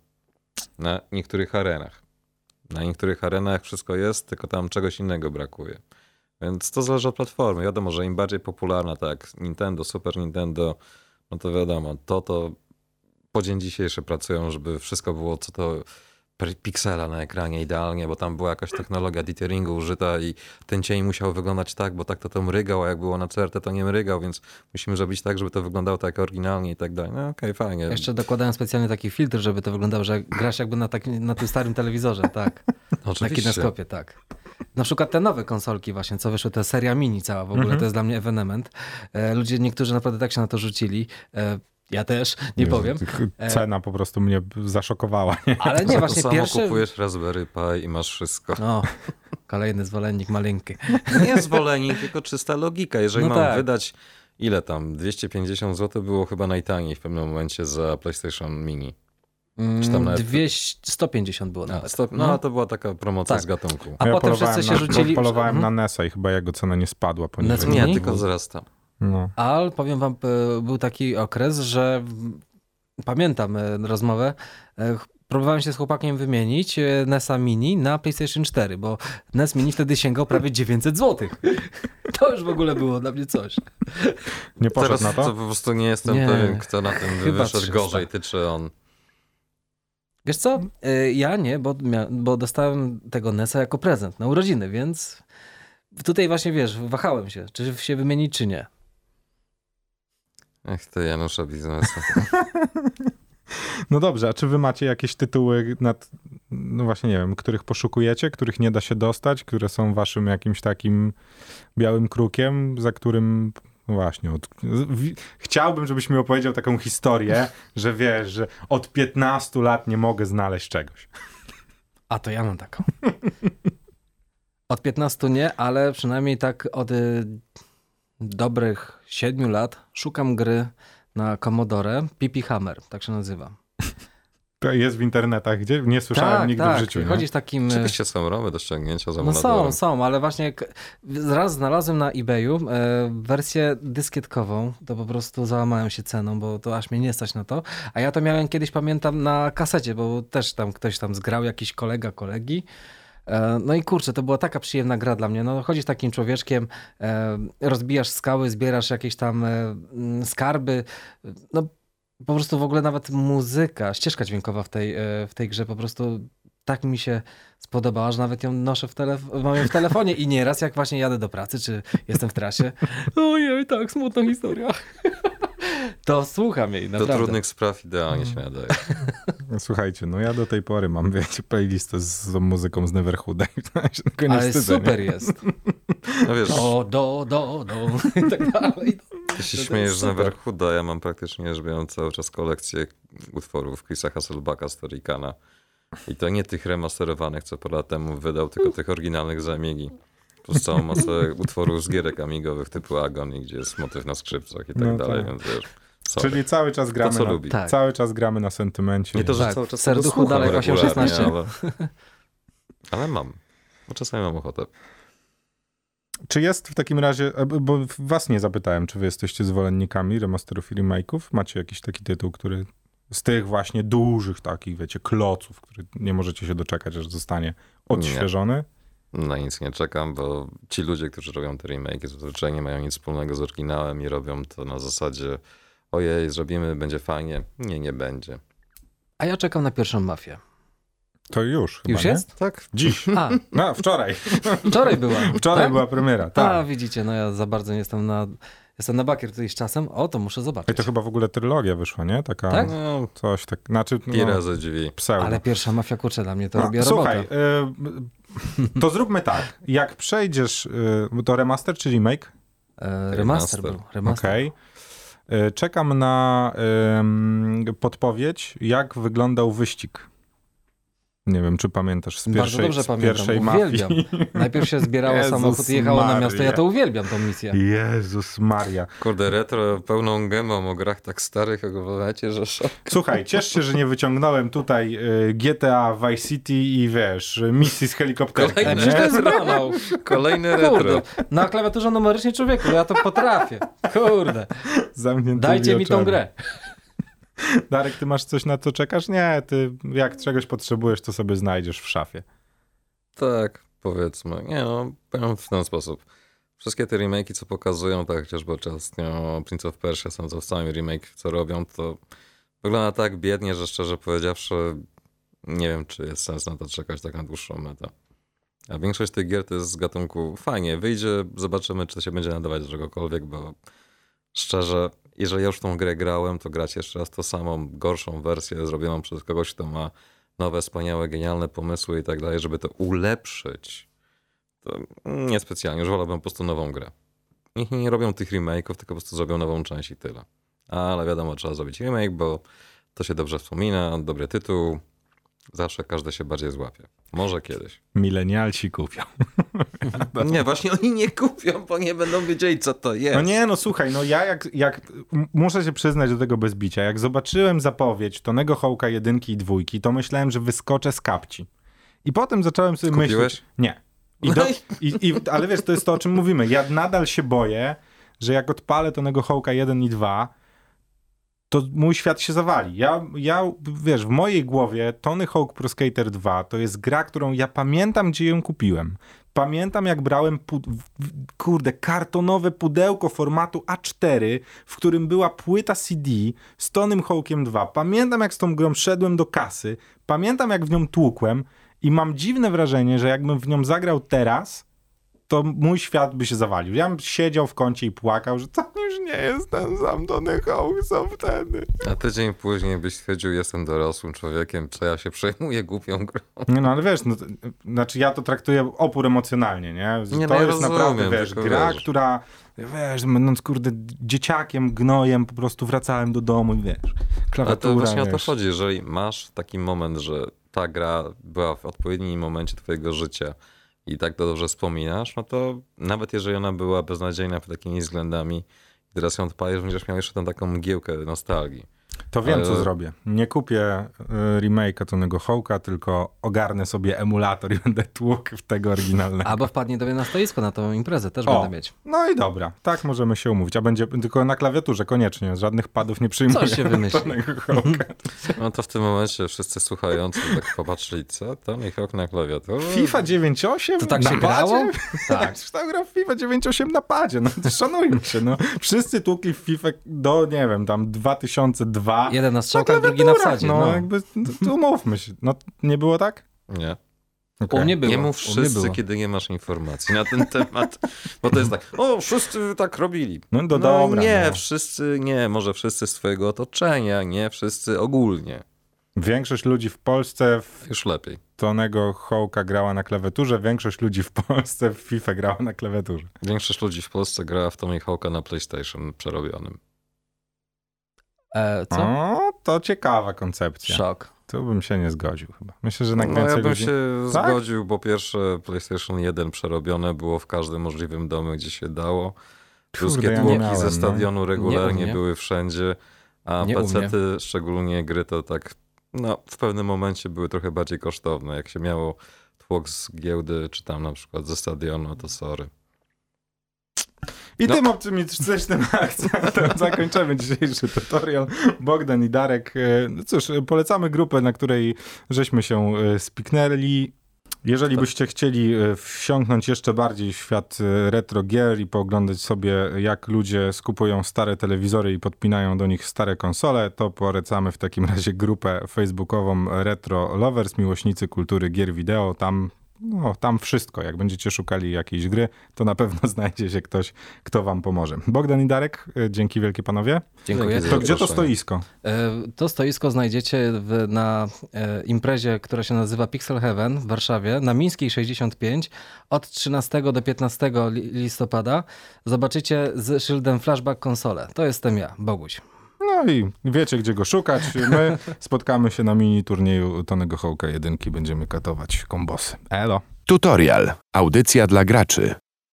Na niektórych arenach. Na niektórych arenach wszystko jest, tylko tam czegoś innego brakuje. Więc to zależy od platformy. Wiadomo, że im bardziej popularna, tak jak Nintendo, Super Nintendo, no to wiadomo, to to po dzień dzisiejszy pracują, żeby wszystko było co to piksela na ekranie idealnie, bo tam była jakaś technologia ditheringu użyta i ten cień musiał wyglądać tak, bo tak to to mrygał, a jak było na C R T to nie mrygał, więc musimy zrobić tak, żeby to wyglądało tak oryginalnie i tak dalej. No okej, okay, fajnie. Jeszcze dokładają specjalnie taki filtr, żeby to wyglądało, że grasz jakby na, taki, na tym starym telewizorze, tak. Na Oczywiście. kineskopie, tak. Na przykład te nowe konsolki właśnie, co wyszły, ta seria mini cała w ogóle, Mhm. to jest dla mnie ewenement. E, ludzie, niektórzy naprawdę tak się na to rzucili. E, ja też, nie Jezu, powiem. Cena po prostu mnie zaszokowała. Nie? Ale nie, Za właśnie to samo pierwsze... kupujesz Raspberry Pi i masz wszystko. O, kolejny zwolennik maleńki. Nie zwolennik, tylko czysta logika. Jeżeli No mam tak. wydać, ile tam, dwieście pięćdziesiąt złotych było chyba najtaniej w pewnym momencie za PlayStation Mini. Czy tam nawet- dwieście, sto pięćdziesiąt było A, nawet. stop, no, No. to była taka promocja Tak. z gatunku. A ja potem polowałem wszyscy się na, rzucili... Polowałem Mhm. na Nesa i chyba jego cena nie spadła poniżej. Nes Nie, Mini? tylko wzrasta. No. Ale powiem wam, e, był taki okres, że w- pamiętam e, rozmowę, e, ch- próbowałem się z chłopakiem wymienić e, N E S a Mini na PlayStation cztery, bo N E S Mini wtedy sięgał prawie dziewięćset złotych. To już w ogóle było dla mnie coś. Nie poszedł Teraz na to to? po prostu nie jestem Nie. pewien, kto na tym Chyba wyszedł trzysta. gorzej, ty czy on. Wiesz co? E, Ja nie, bo, mia- bo dostałem tego N E S a jako prezent na urodziny, więc tutaj właśnie wiesz, wahałem się, czy się wymienić, czy nie. Ech, ty Janusza biznesu. No dobrze, a czy wy macie jakieś tytuły, nad, no właśnie nie wiem, których poszukujecie, których nie da się dostać, które są waszym jakimś takim białym krukiem, za którym, no właśnie, od, w, chciałbym, żebyś mi opowiedział taką historię, że wiesz, że od piętnastu lat nie mogę znaleźć czegoś. A to ja mam taką. Od piętnastu nie, ale przynajmniej tak od y, dobrych siedmiu lat szukam gry na Commodore. P P Hammer, tak się nazywa. To jest w internetach, gdzie nie słyszałem tak, nigdy tak. w życiu. Nie? Chodzisz takim... y, Oczywiście są romy do ściągnięcia za No emułatorem. są, są, ale właśnie k- raz znalazłem na eBayu e, wersję dyskietkową, to po prostu załamałem się ceną, bo to aż mnie nie stać na to. A ja to miałem kiedyś, pamiętam, na kasecie, bo też tam ktoś tam zgrał, jakiś kolega kolegi. E, no i kurczę, to była taka przyjemna gra dla mnie. No chodzisz takim człowieczkiem, e, rozbijasz skały, zbierasz jakieś tam e, mm, skarby. No po prostu w ogóle nawet muzyka, ścieżka dźwiękowa w tej, e, w tej grze po prostu tak mi się spodobała, że nawet ją noszę w, telef- mam ją w telefonie i nieraz jak właśnie jadę do pracy, czy jestem w trasie, ojej, tak, smutna historia. To słucham jej, Do naprawdę. trudnych spraw idealnie się nadaje. Słuchajcie, no ja do tej pory mam, wiecie, playlistę z, z muzyką z Neverhooda i to się tylko nie Ale wstydzę, super nie? jest. No wiesz, Do, do, do, do i tak dalej. ty się to śmiejesz jest z super. Neverhooda, ja mam praktycznie rzecz biorąc cały czas kolekcję utworów Chrisa Hasselbacka z Torikana. I to nie tych remasterowanych, co parę lat temu wydał, tylko tych oryginalnych z Amigi. Plus całą masę utworów z gierek amigowych typu Agony, gdzie jest motyw na skrzypcach i tak No dalej, tak. więc wiesz, sorry. Czyli cały czas gramy, co na, lubi. Tak. cały czas gramy na sentymencie. Nie to, że Tak, cały czas w serduchu tego słucham dalej osiem regularnie, szesnaście. ale... ale mam. Bo czasami mam ochotę. Czy jest w takim razie, e, bo was nie zapytałem, czy wy jesteście zwolennikami remasterów i remake'ów? Macie jakiś taki tytuł, który z tych właśnie dużych takich, wiecie, kloców, który nie możecie się doczekać, aż zostanie odświeżony? Na nic nie czekam, bo ci ludzie, którzy robią te remake, zazwyczaj nie mają nic wspólnego z oryginałem i robią to na zasadzie ojej, zrobimy, będzie fajnie. Nie, nie będzie. A ja czekam na pierwszą mafię. To już chyba, Już nie? jest? Tak? Dziś. A, No, wczoraj. wczoraj była. Wczoraj tak? była premiera, A, tak. widzicie, no ja za bardzo nie jestem na... Jestem na bakier tutaj z czasem. O, to muszę I zobaczyć. to chyba w ogóle trylogia wyszła, nie? Taka Tak? No, coś tak, znaczy pi no, razy drzwi. pseudo. Ale pierwsza mafia, kurczę, dla mnie to No, robiła słuchaj, robotę. y, to zróbmy tak. Jak przejdziesz, y, to remaster czy remake? E, remaster Remaster. był. Remaster. Okej. Y, Czekam na y, podpowiedź, jak wyglądał wyścig. Nie wiem, czy pamiętasz z Bardzo pierwszej, dobrze z pamiętam, pierwszej uwielbiam. mafii. Najpierw się zbierało Jezus samochód i jechało na Maria. miasto. Ja to uwielbiam, tą misję. Jezus Maria. Kurde, retro pełną gębą o grach tak starych, jak uważacie, że szok. Słuchaj, ciesz się, że nie wyciągnąłem tutaj y, G T A Vice City i wiesz, misji z helikopterem. Ej, Kolejny przecież to Nie? jest banał. Kolejny Kurde. retro. Na klawiaturze numerycznej człowieku, ja to potrafię. Kurde. Zamkniętymi Dajcie mi tą oczami. grę. Darek, ty masz coś, na co czekasz? Nie, ty jak czegoś potrzebujesz, to sobie znajdziesz w szafie. Tak, powiedzmy. Nie no, powiem w ten sposób. Wszystkie te remake'i, co pokazują, tak chociażby ostatnio Prince of Persia, są to sami remake, co robią, to wygląda tak biednie, że szczerze powiedziawszy, nie wiem, czy jest sens na to czekać tak na dłuższą metę. A większość tych gier to jest z gatunku fajnie, wyjdzie, zobaczymy, czy to się będzie nadawać do czegokolwiek, bo szczerze, jeżeli ja już w tą grę grałem, to grać jeszcze raz tą samą, gorszą wersję zrobioną przez kogoś, kto ma nowe, wspaniałe, genialne pomysły i tak dalej, żeby to ulepszyć, to niespecjalnie, już wolałbym po prostu nową grę. Niech nie robią tych remake'ów, tylko po prostu zrobią nową część i tyle. Ale wiadomo, trzeba zrobić remake, bo to się dobrze wspomina, dobry tytuł, zawsze każdy się bardziej złapie. Może kiedyś. Milenialsi kupią. Nie, właśnie oni nie kupią, bo nie będą wiedzieli, co to jest. No nie, no słuchaj, no ja jak, jak m- muszę się przyznać do tego bez bicia, jak zobaczyłem zapowiedź Tonego Hawka jedynki i dwójki, to myślałem, że wyskoczę z kapci. I potem zacząłem sobie Skupiłeś? myśleć... Nie. I do, i, i, ale wiesz, to jest to, o czym mówimy. Ja nadal się boję, że jak odpalę Tonego Hawk'a jeden i dwa, to mój świat się zawali. Ja, ja, wiesz, w mojej głowie Tony Hawk Pro Skater dwa to jest gra, którą ja pamiętam, gdzie ją kupiłem. Pamiętam, jak brałem, pu- kurde, kartonowe pudełko formatu A cztery, w którym była płyta C D z Tonym Hawkiem dwa. Pamiętam, jak z tą grą szedłem do kasy. Pamiętam, jak w nią tłukłem i mam dziwne wrażenie, że jakbym w nią zagrał teraz, to mój świat by się zawalił. Ja bym siedział w kącie i płakał, że to już nie jest ten sam Tony Hawk, co wtedy. A tydzień później byś stwierdził, jestem dorosłym człowiekiem, co ja się przejmuję głupią grą. Nie, no ale wiesz, no, to, znaczy ja to traktuję opór emocjonalnie, nie? Nie, to no ja jest rozumiem, naprawdę, wiesz, tylko gra, wiesz. która, wiesz, będąc, kurde, dzieciakiem, gnojem, po prostu wracałem do domu i wiesz, Ale klawiatura, to właśnie o to wiesz. chodzi, jeżeli masz taki moment, że ta gra była w odpowiednim momencie twojego życia i tak to dobrze wspominasz, no to nawet jeżeli ona była beznadziejna pod takimi względami, teraz ją odpalisz, będziesz miał jeszcze tą taką mgiełkę nostalgii. To wiem, Ale- co zrobię. Nie kupię y, remake'a Tonego Hawk'a, tylko ogarnę sobie emulator i będę tłukł w tego oryginalnego. Albo wpadnie do mnie na stoisko na tą imprezę, też O. będę mieć. No i dobra, tak możemy się umówić. A będzie tylko na klawiaturze koniecznie, żadnych padów nie przyjmuję. Coś się wymyśli. Tonego Hawk'a. No to w tym momencie wszyscy słuchający tak popatrzyli, co? Tony Hawk na klawiaturze? FIFA dziewięć osiem? To tak na się grało? padzie? Tak. Kto grał w FIFA dziewięć osiem na padzie? No to szanujmy się, no. Wszyscy tłukli w FIFA do, nie wiem, tam dwa tysiące dwa. Jeden na strzałkach, drugi na wsadzie. No, No. jakby, to umówmy się. No, nie było tak? Nie. Okay. U mnie było. Nie mów u mnie wszyscy, było. kiedy nie masz informacji na ten temat, bo to jest tak, o, wszyscy tak robili. No, do dobra, nie, no. wszyscy, nie, może wszyscy z twojego otoczenia, nie wszyscy ogólnie. Większość ludzi w Polsce w Już lepiej. Tonego Hawk'a grała na klawiaturze, większość ludzi w Polsce w FIFA grała na klawiaturze. Większość ludzi w Polsce grała w Tony Hawk'a na PlayStation przerobionym. E, co? O, to ciekawa koncepcja. Szok. Tu bym się nie zgodził chyba. Myślę, że na No więcej ja bym ludzi... się Tak? zgodził, bo pierwsze PlayStation jeden przerobione było w każdym możliwym domu, gdzie się dało. Wszystkie ja nie tłoki miałem, ze no. stadionu regularnie Nie u mnie. były wszędzie, a Nie u pecety, szczególnie gry, to tak no, w pewnym momencie były trochę bardziej kosztowne. Jak się miało tłok z giełdy, czy tam na przykład ze stadionu, to sorry. I No. tym optymistycznym akcentem zakończymy dzisiejszy tutorial. Bogdan i Darek. e, No cóż, e, polecamy grupę, na której żeśmy się e, spiknęli. Jeżeli byście chcieli e, wsiąknąć jeszcze bardziej w świat e, retro gier i pooglądać sobie, jak ludzie skupują stare telewizory i podpinają do nich stare konsole, to polecamy w takim razie grupę facebookową Retro Lovers, miłośnicy kultury gier wideo. Tam No, tam wszystko. Jak będziecie szukali jakiejś gry, to na pewno znajdzie się ktoś, kto wam pomoże. Bogdan i Darek, y, dzięki wielkie panowie. Dziękuję. Dzięki za To gdzie to zaproszenie. stoisko? E, To stoisko znajdziecie w, na e, imprezie, która się nazywa Pixel Heaven w Warszawie, na Mińskiej sześćdziesiąt pięć od trzynastego do piętnastego li- listopada. Zobaczycie z szyldem Flashback konsolę. To jestem ja, Boguś. No i wiecie, gdzie go szukać. My spotkamy się na mini turnieju Tonego Hawk'a jedynki. Będziemy katować kombosy. Elo. Tutorial. Audycja dla graczy.